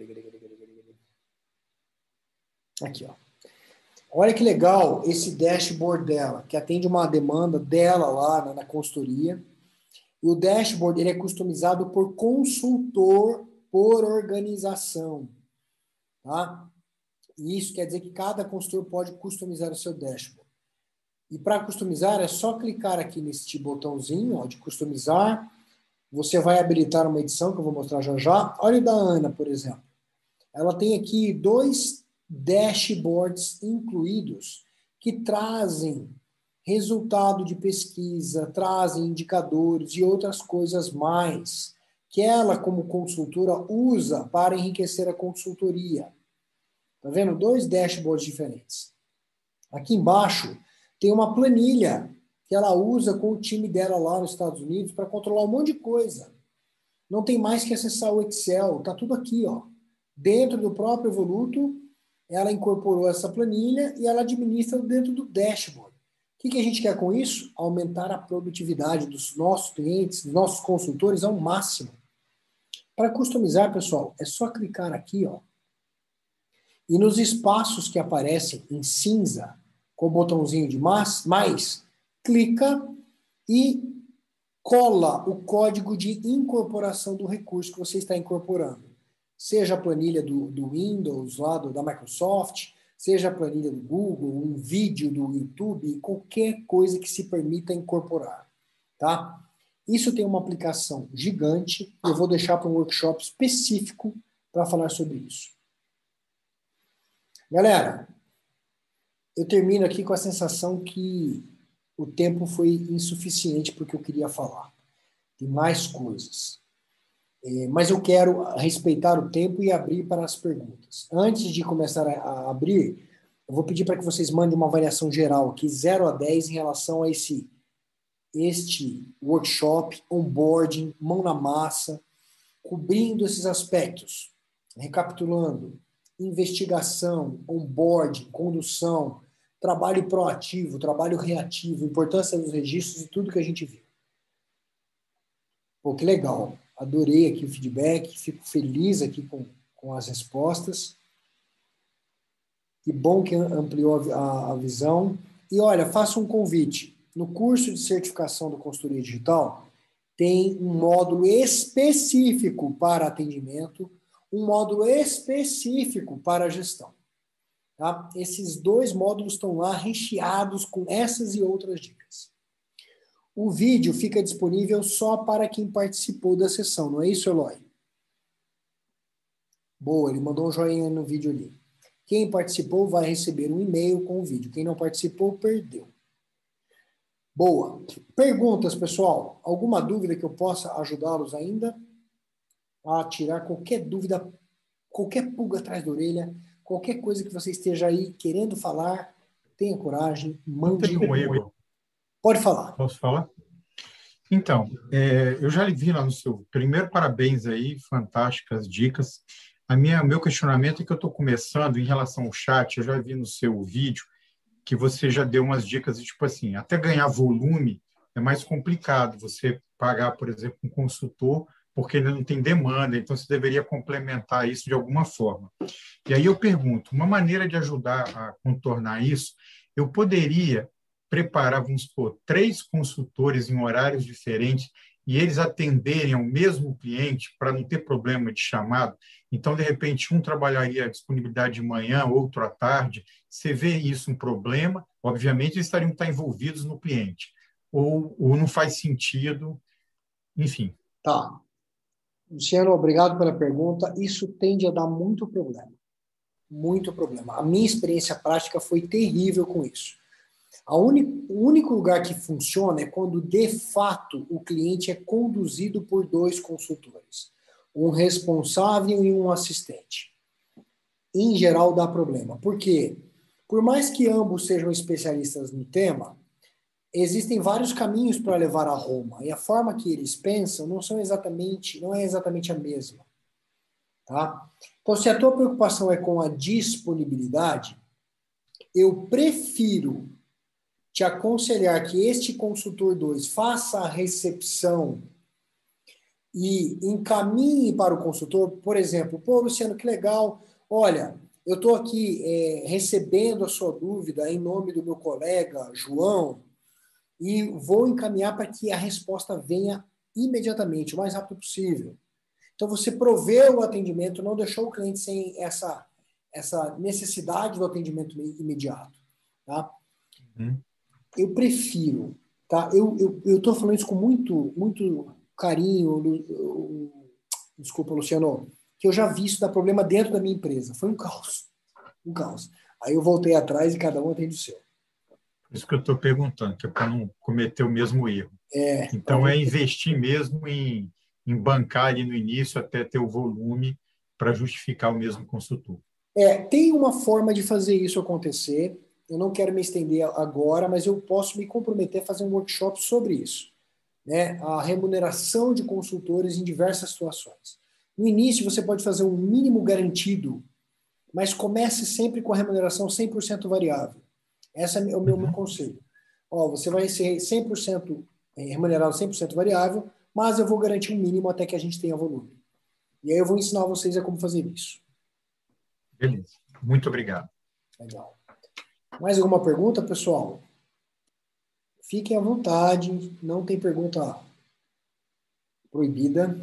Aqui, ó. Olha que legal esse dashboard dela, que atende uma demanda dela lá na consultoria. E o dashboard ele é customizado por consultor por organização. Tá? E isso quer dizer que cada consultor pode customizar o seu dashboard. E para customizar, é só clicar aqui nesse botãozinho, ó, de customizar. Você vai habilitar uma edição que eu vou mostrar já já. Olha o da Ana, por exemplo. Ela tem aqui 2 dashboards incluídos que trazem resultado de pesquisa, trazem indicadores e outras coisas mais que ela, como consultora, usa para enriquecer a consultoria. Tá vendo? 2 dashboards diferentes. Aqui embaixo tem uma planilha que ela usa com o time dela lá nos Estados Unidos para controlar um monte de coisa. Não tem mais que acessar o Excel, tá tudo aqui, ó. Dentro do próprio Evoluto, ela incorporou essa planilha e ela administra dentro do dashboard. O que a gente quer com isso? Aumentar a produtividade dos nossos clientes, dos nossos consultores ao máximo. Para customizar, pessoal, é só clicar aqui, ó. E nos espaços que aparecem em cinza, com o botãozinho de mais, clica e cola o código de incorporação do recurso que você está incorporando. Seja a planilha do Windows, lá da Microsoft, seja a planilha do Google, um vídeo do YouTube, qualquer coisa que se permita incorporar. Tá? Isso tem uma aplicação gigante, eu vou deixar para um workshop específico para falar sobre isso. Galera, eu termino aqui com a sensação que o tempo foi insuficiente para o que eu queria falar. Tem mais coisas. Mas eu quero respeitar o tempo e abrir para as perguntas. Antes de começar a abrir, eu vou pedir para que vocês mandem uma avaliação geral aqui, 0 a 10, em relação a este workshop, onboarding, mão na massa, cobrindo esses aspectos. Recapitulando, investigação, onboarding, condução, trabalho proativo, trabalho reativo, importância dos registros e tudo que a gente viu. Pô, que legal. Adorei aqui o feedback, fico feliz aqui com as respostas. Que bom que ampliou a visão. E olha, faço um convite. No curso de certificação da consultoria digital, tem um módulo específico para atendimento, um módulo específico para gestão. Tá? Esses 2 módulos estão lá recheados com essas e outras dicas. O vídeo fica disponível só para quem participou da sessão, não é isso, Eloy? Boa, ele mandou um joinha no vídeo ali. Quem participou vai receber um e-mail com o vídeo. Quem não participou, perdeu. Boa. Perguntas, pessoal? Alguma dúvida que eu possa ajudá-los ainda a tirar qualquer dúvida, qualquer pulga atrás da orelha, qualquer coisa que você esteja aí querendo falar, tenha coragem, mande. Então, Igor, Pode falar. posso falar? Então, eu já lhe vi lá no seu... Primeiro, parabéns aí, fantásticas dicas. Meu questionamento é que eu estou começando em relação ao chat, eu já vi no seu vídeo que você já deu umas dicas, tipo assim, até ganhar volume é mais complicado você pagar, por exemplo, um consultor, porque ele não tem demanda, então você deveria complementar isso de alguma forma. E aí eu pergunto, uma maneira de ajudar a contornar isso, eu poderia preparar, vamos supor, 3 consultores em horários diferentes e eles atenderem ao mesmo cliente para não ter problema de chamado. Então, de repente, um trabalharia a disponibilidade de manhã, outro à tarde. Você vê isso um problema? Obviamente, eles estariam estar envolvidos no cliente. Ou não faz sentido, enfim. Tá. Luciano, obrigado pela pergunta. Isso tende a dar muito problema. Muito problema. A minha experiência prática foi terrível com isso. O único lugar que funciona é quando, de fato, o cliente é conduzido por 2 consultores. Um responsável e um assistente. Em geral, dá problema. Por quê? Por mais que ambos sejam especialistas no tema, existem vários caminhos para levar a Roma. E a forma que eles pensam não é exatamente a mesma. Tá? Então, se a tua preocupação é com a disponibilidade, eu prefiro te aconselhar que este consultor 2 faça a recepção e encaminhe para o consultor, por exemplo, pô, Luciano, que legal, olha, eu estou aqui recebendo a sua dúvida em nome do meu colega João e vou encaminhar para que a resposta venha imediatamente, o mais rápido possível. Então, você proveu o atendimento, não deixou o cliente sem essa necessidade do atendimento imediato. Tá? Eu prefiro, tá? Eu estou falando isso com muito carinho, desculpa, Luciano, que eu já vi isso dar problema dentro da minha empresa. Foi um caos. Um caos. Aí eu voltei atrás e cada um atende o seu. Por isso que eu estou perguntando, que é para não cometer o mesmo erro. Então, é investir mesmo em bancar ali no início até ter o volume para justificar o mesmo consultor. Tem uma forma de fazer isso acontecer. Eu não quero me estender agora, mas eu posso me comprometer a fazer um workshop sobre isso. Né? A remuneração de consultores em diversas situações. No início, você pode fazer um mínimo garantido, mas comece sempre com a remuneração 100% variável. Esse é o meu conselho. Você vai ser 100% remunerado, 100% variável, mas eu vou garantir um mínimo até que a gente tenha volume. E aí eu vou ensinar vocês a como fazer isso. Beleza. Muito obrigado. Legal. Mais alguma pergunta, pessoal? Fiquem à vontade, não tem pergunta proibida.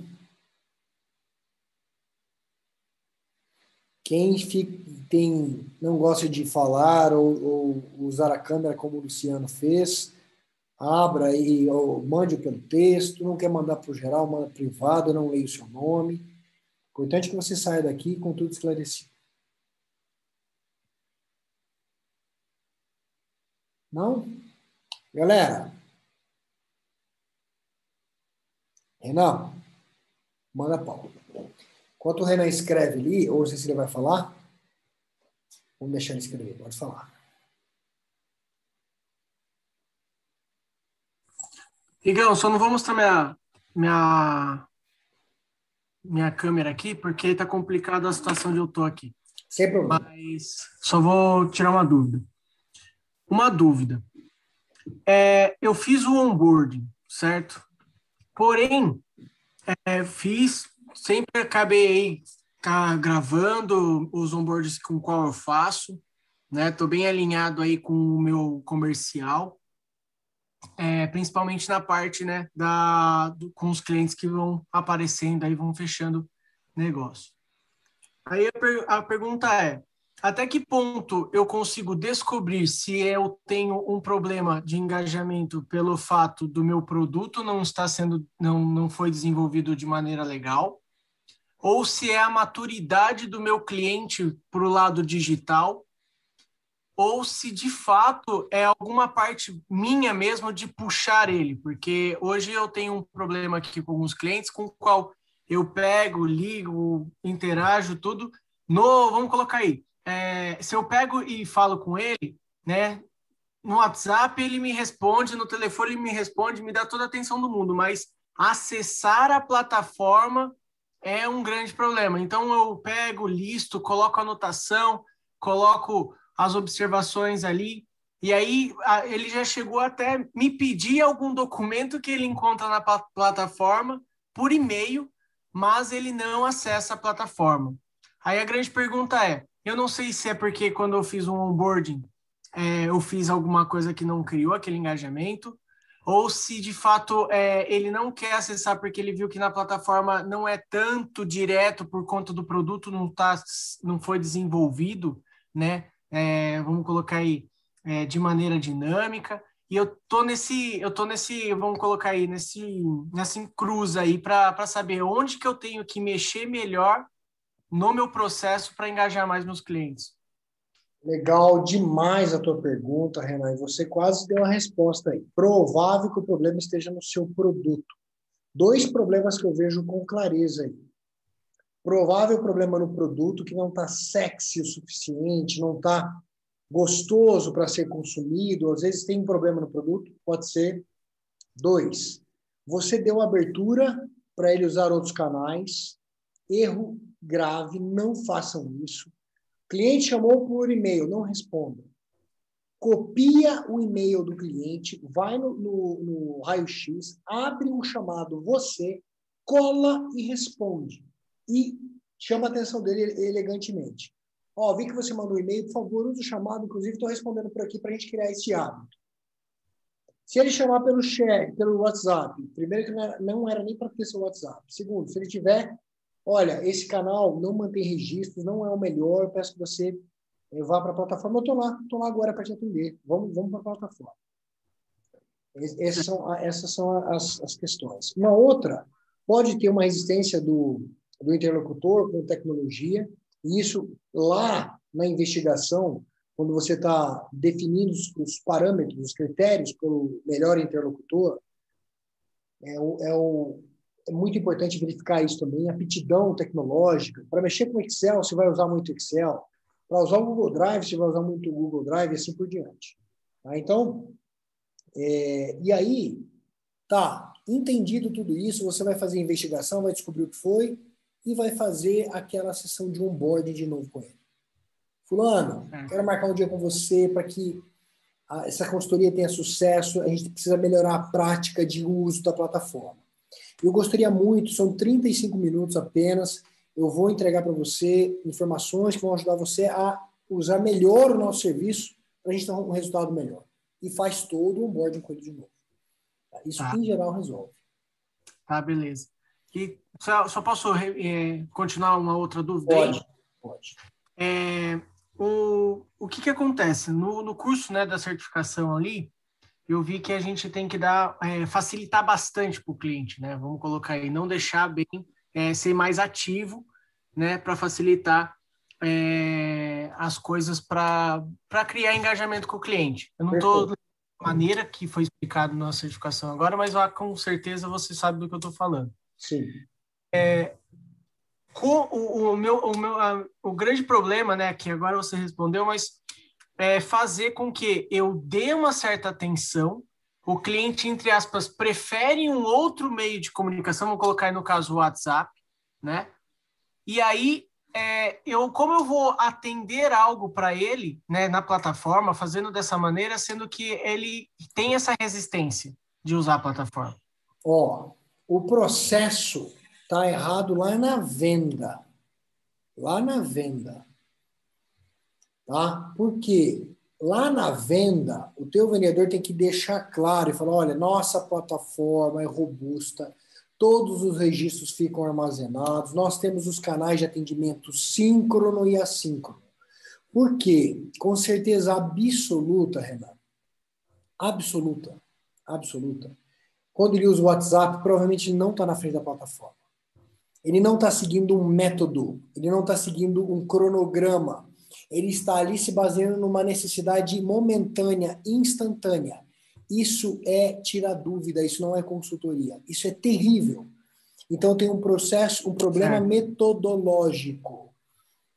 Quem não gosta de falar ou usar a câmera como o Luciano fez, abra e mande pelo texto. Não quer mandar para o geral, manda privado, eu não leio o seu nome. Importante que você saia daqui com tudo esclarecido. Não? Galera, Renan, manda pau. Enquanto o Renan escreve ali, ou se ele vai falar, vamos deixar ele escrever, pode falar. Igão, só não vou mostrar minha câmera aqui, porque tá complicada a situação onde eu tô aqui. Sem problema. Mas só vou tirar uma dúvida. Uma dúvida. Eu fiz o onboarding, certo? Porém, sempre acabei gravando os onboards com qual eu faço, né? Tô bem alinhado aí com o meu comercial. Principalmente na parte, né, com os clientes que vão aparecendo, aí vão fechando negócio. Aí a pergunta é, até que ponto eu consigo descobrir se eu tenho um problema de engajamento pelo fato do meu produto não foi desenvolvido de maneira legal, ou se é a maturidade do meu cliente para o lado digital, ou se de fato é alguma parte minha mesmo de puxar ele, porque hoje eu tenho um problema aqui com alguns clientes com o qual eu pego, ligo, interajo, tudo. Vamos colocar aí, se eu pego e falo com ele, né? No WhatsApp ele me responde, no telefone ele me responde, me dá toda a atenção do mundo, mas acessar a plataforma é um grande problema. Então eu pego, listo, coloco anotação, coloco as observações ali, e aí ele já chegou até me pedir algum documento que ele encontra na plataforma por e-mail, mas ele não acessa a plataforma. Aí a grande pergunta é, eu não sei se é porque quando eu fiz um onboarding, eu fiz alguma coisa que não criou aquele engajamento, ou se de fato ele não quer acessar porque ele viu que na plataforma não é tanto direto por conta do produto não foi desenvolvido, né? Vamos colocar aí de maneira dinâmica. E eu tô nesse, vamos colocar aí nessa cruz aí para saber onde que eu tenho que mexer melhor no meu processo para engajar mais meus clientes. Legal demais a tua pergunta, Renan. E você quase deu a resposta aí. Provável que o problema esteja no seu produto. 2 problemas que eu vejo com clareza aí. Provável problema no produto que não está sexy o suficiente, não está gostoso para ser consumido. Às vezes tem um problema no produto, pode ser. 2, você deu abertura para ele usar outros canais. Erro grave, não façam isso. Cliente chamou por e-mail, não responda. Copia o e-mail do cliente, vai no raio-x, abre um chamado você, cola e responde. E chama a atenção dele elegantemente. Vi que você mandou um e-mail, por favor, use o chamado, inclusive estou respondendo por aqui para a gente criar esse hábito. Se ele chamar pelo chat, pelo WhatsApp, primeiro que não era nem para ter seu WhatsApp. Segundo, se ele tiver, olha, esse canal não mantém registros, não é o melhor, peço que você vá para a plataforma. Eu estou lá agora para te atender. Vamos para a plataforma. Essas são as questões. Uma outra, pode ter uma resistência do interlocutor com tecnologia, e isso lá na investigação, quando você está definindo os parâmetros, os critérios para o melhor interlocutor, é muito importante verificar isso também, aptidão tecnológica. Para mexer com Excel, você vai usar muito Excel. Para usar o Google Drive, você vai usar muito o Google Drive e assim por diante. Tá? Então, e aí, entendido tudo isso, você vai fazer a investigação, vai descobrir o que foi e vai fazer aquela sessão de onboarding de novo com ele. Fulano, quero marcar um dia com você para que essa consultoria tenha sucesso, a gente precisa melhorar a prática de uso da plataforma. Eu gostaria muito, são 35 minutos apenas, eu vou entregar para você informações que vão ajudar você a usar melhor o nosso serviço para a gente ter um resultado melhor. E faz todo o onboarding com ele de novo. Isso, em geral, resolve. Tá, beleza. E só posso continuar uma outra dúvida aí? Pode. O que acontece? No curso, né, da certificação ali, eu vi que a gente tem que facilitar bastante para o cliente, né? Vamos colocar aí, não deixar ser mais ativo, né, para facilitar as coisas para criar engajamento com o cliente. Eu não estou da maneira que foi explicado na certificação agora, mas com certeza você sabe do que eu estou falando. Sim. O grande problema, né, que agora você respondeu, mas fazer com que eu dê uma certa atenção, o cliente, entre aspas, prefere um outro meio de comunicação, vou colocar aí no caso o WhatsApp, né? E aí, como eu vou atender algo para ele, né, na plataforma, fazendo dessa maneira, sendo que ele tem essa resistência de usar a plataforma? O processo está errado lá na venda. Tá? Porque lá na venda, o teu vendedor tem que deixar claro e falar, olha, nossa plataforma é robusta, todos os registros ficam armazenados, nós temos os canais de atendimento síncrono e assíncrono. Por quê? Com certeza absoluta, Renato, absoluta, quando ele usa o WhatsApp, provavelmente ele não está na frente da plataforma. Ele não está seguindo um método, ele não está seguindo um cronograma. Ele está ali se baseando numa necessidade momentânea, instantânea. Isso é tirar dúvida, isso não é consultoria. Isso é terrível. Então tem um problema metodológico.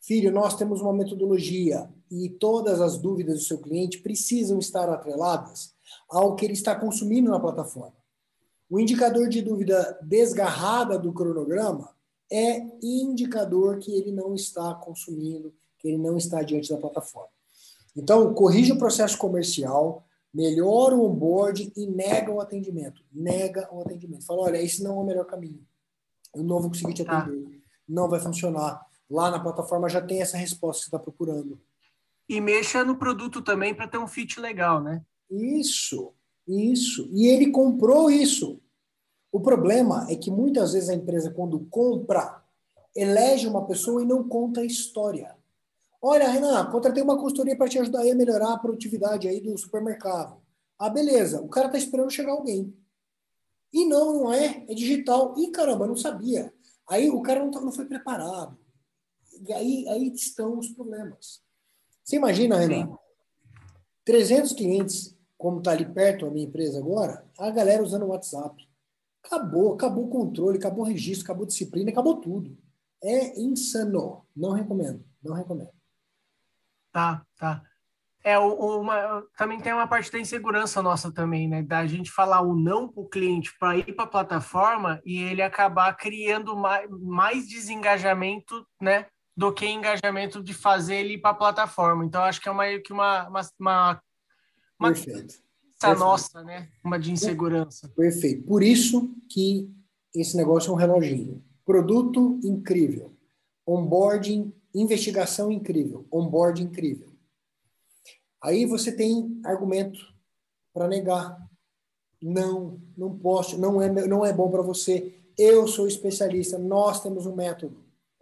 Filho, nós temos uma metodologia e todas as dúvidas do seu cliente precisam estar atreladas ao que ele está consumindo na plataforma. O indicador de dúvida desgarrada do cronograma é indicador que ele não está consumindo, que ele não está diante da plataforma. Então, corrija o processo comercial, melhora o onboard e nega o atendimento. Nega o atendimento. Fala, olha, esse não é o melhor caminho. Eu não vou conseguir te atender. Não vai funcionar. Lá na plataforma já tem essa resposta que você está procurando. E mexa no produto também para ter um fit legal, né? Isso. E ele comprou isso. O problema é que muitas vezes a empresa, quando compra, elege uma pessoa e não conta a história. Olha, Renan, contratei uma consultoria para te ajudar a melhorar a produtividade aí do supermercado. Ah, beleza. O cara está esperando chegar alguém. E não é. É digital. Ih, caramba, não sabia. Aí o cara não foi preparado. E aí estão os problemas. Você imagina, Renan, 300 clientes, como está ali perto a minha empresa agora, a galera usando o WhatsApp. Acabou o controle, acabou o registro, acabou a disciplina, acabou tudo. É insano. Não recomendo. Tá. Também tem uma parte da insegurança nossa também, né? Da gente falar o não para o cliente para ir para a plataforma e ele acabar criando mais desengajamento, né? Do que engajamento de fazer ele ir para a plataforma. Então, acho que é meio que uma Perfeito. nossa, né? Uma de insegurança. Perfeito. Por isso que esse negócio é um reloginho. Produto incrível. Onboarding, investigação incrível. Onboarding incrível. Aí você tem argumento para negar. Não posso, não é bom para você. Eu sou especialista, nós temos um método.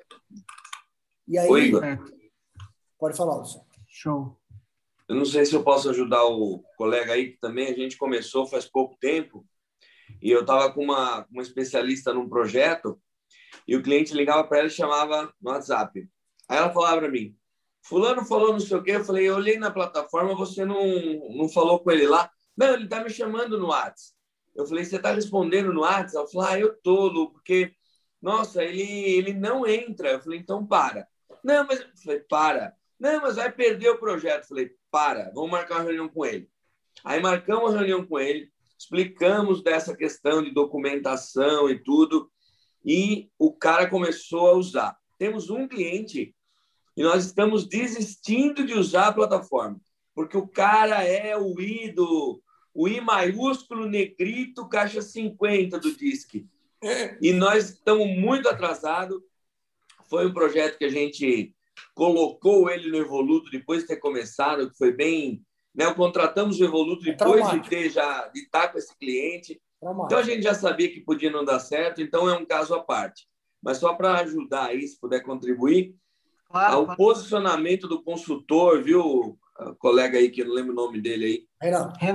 E aí, Oi, Igor. Pode falar, Luciano. Show. Eu não sei se eu posso ajudar o colega aí, que também a gente começou faz pouco tempo, e eu estava com uma especialista num projeto, e o cliente ligava para ela e chamava no WhatsApp. Aí ela falava para mim, fulano falou não sei o quê, eu falei, eu olhei na plataforma, você não falou com ele lá? Não, ele está me chamando no WhatsApp. Eu falei, você está respondendo no WhatsApp? Ela falou, eu tô, Lu, porque, nossa, ele não entra. Eu falei, então para. Não, mas... Eu falei, para. Não, mas vai perder o projeto. Eu falei, para, vamos marcar uma reunião com ele. Aí marcamos uma reunião com ele, explicamos dessa questão de documentação e tudo, e o cara começou a usar. Temos um cliente e nós estamos desistindo de usar a plataforma, porque o cara é o I maiúsculo, negrito, caixa 50 do DISC. E nós estamos muito atrasados. Foi um projeto que a gente colocou ele no Evoluto depois de ter começado, que foi bem... Né? Contratamos o Evoluto depois de estar com esse cliente. Então, a gente já sabia que podia não dar certo, então é um caso à parte. Mas só para ajudar aí, se puder contribuir, o posicionamento do consultor, viu, colega aí, que eu não lembro o nome dele aí.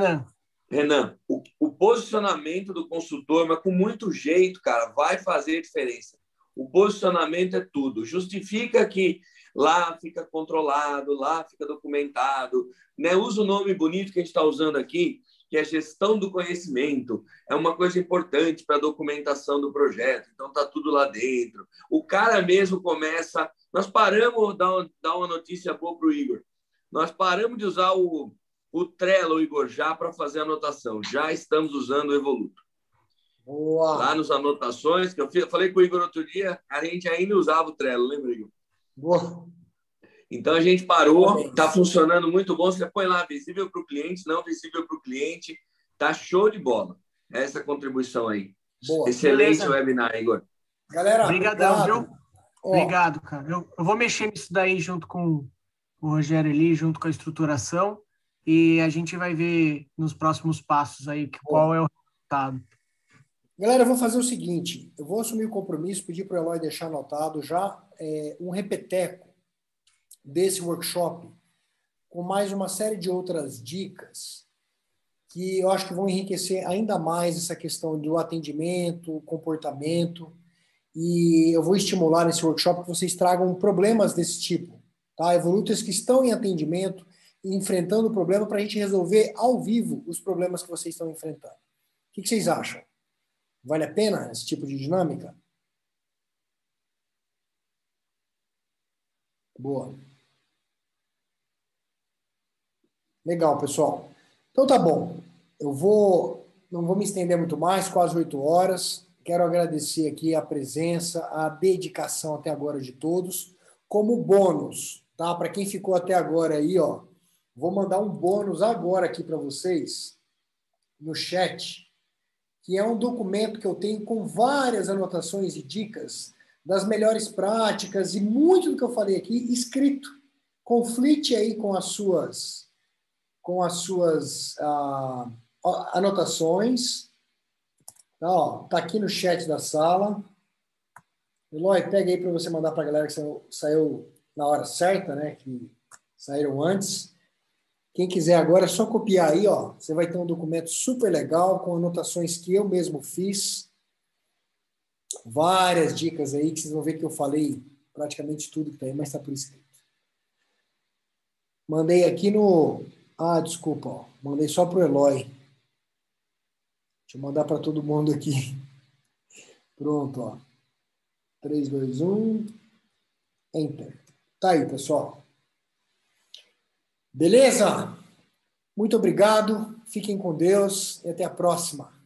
Renan, o posicionamento do consultor, mas com muito jeito, cara, vai fazer diferença. O posicionamento é tudo. Justifica que lá fica controlado, lá fica documentado, né? Usa o nome bonito que a gente está usando aqui, que é gestão do conhecimento. É uma coisa importante para a documentação do projeto. Então, está tudo lá dentro. O cara mesmo começa... Nós paramos, dar uma notícia boa para o Igor. Nós paramos de usar o Trello, Igor, já para fazer anotação. Já estamos usando o Evoluto. Boa. Lá nos anotações, que eu falei com o Igor outro dia, a gente ainda usava o Trello, lembra, Igor? Boa. Então, a gente parou, está funcionando muito bom. Você põe lá, visível para o cliente, não visível para o cliente. Está show de bola. Essa contribuição aí. Boa. Excelente Beleza. Webinar, Igor. Galera, obrigadão, viu? Obrigado, cara. Eu vou mexer nisso daí junto com o Rogério ali, junto com a estruturação, e a gente vai ver nos próximos passos aí qual é o resultado. Galera, eu vou fazer o seguinte, eu vou assumir o compromisso, pedir para o Eloy deixar anotado já um repeteco desse workshop, com mais uma série de outras dicas que eu acho que vão enriquecer ainda mais essa questão do atendimento, comportamento, e eu vou estimular nesse workshop que vocês tragam problemas desse tipo, tá? Evolutas que estão em atendimento, enfrentando o problema para a gente resolver ao vivo os problemas que vocês estão enfrentando. O que vocês acham? Vale a pena esse tipo de dinâmica? Boa. Legal, pessoal. Então tá bom. Não vou me estender muito mais, quase 8 horas. Quero agradecer aqui a presença, a dedicação até agora de todos. Como bônus, tá? Para quem ficou até agora aí, ó, vou mandar um bônus agora aqui para vocês no chat, que é um documento que eu tenho com várias anotações e dicas das melhores práticas e muito do que eu falei aqui escrito. Conflite aí com as suas anotações. Tá, ó, tá aqui no chat da sala. Eloy, pega aí para você mandar para a galera que saiu na hora certa, né? Que saíram antes. Quem quiser agora é só copiar aí, ó. Você vai ter um documento super legal com anotações que eu mesmo fiz. Várias dicas aí que vocês vão ver que eu falei praticamente tudo que tem, mas está por escrito. Mandei aqui no... Ah, desculpa, ó. Mandei só para o Eloy. Deixa eu mandar para todo mundo aqui. Pronto, ó. 3, 2, 1. Enter. Tá aí, pessoal. Beleza? Muito obrigado. Fiquem com Deus e até a próxima.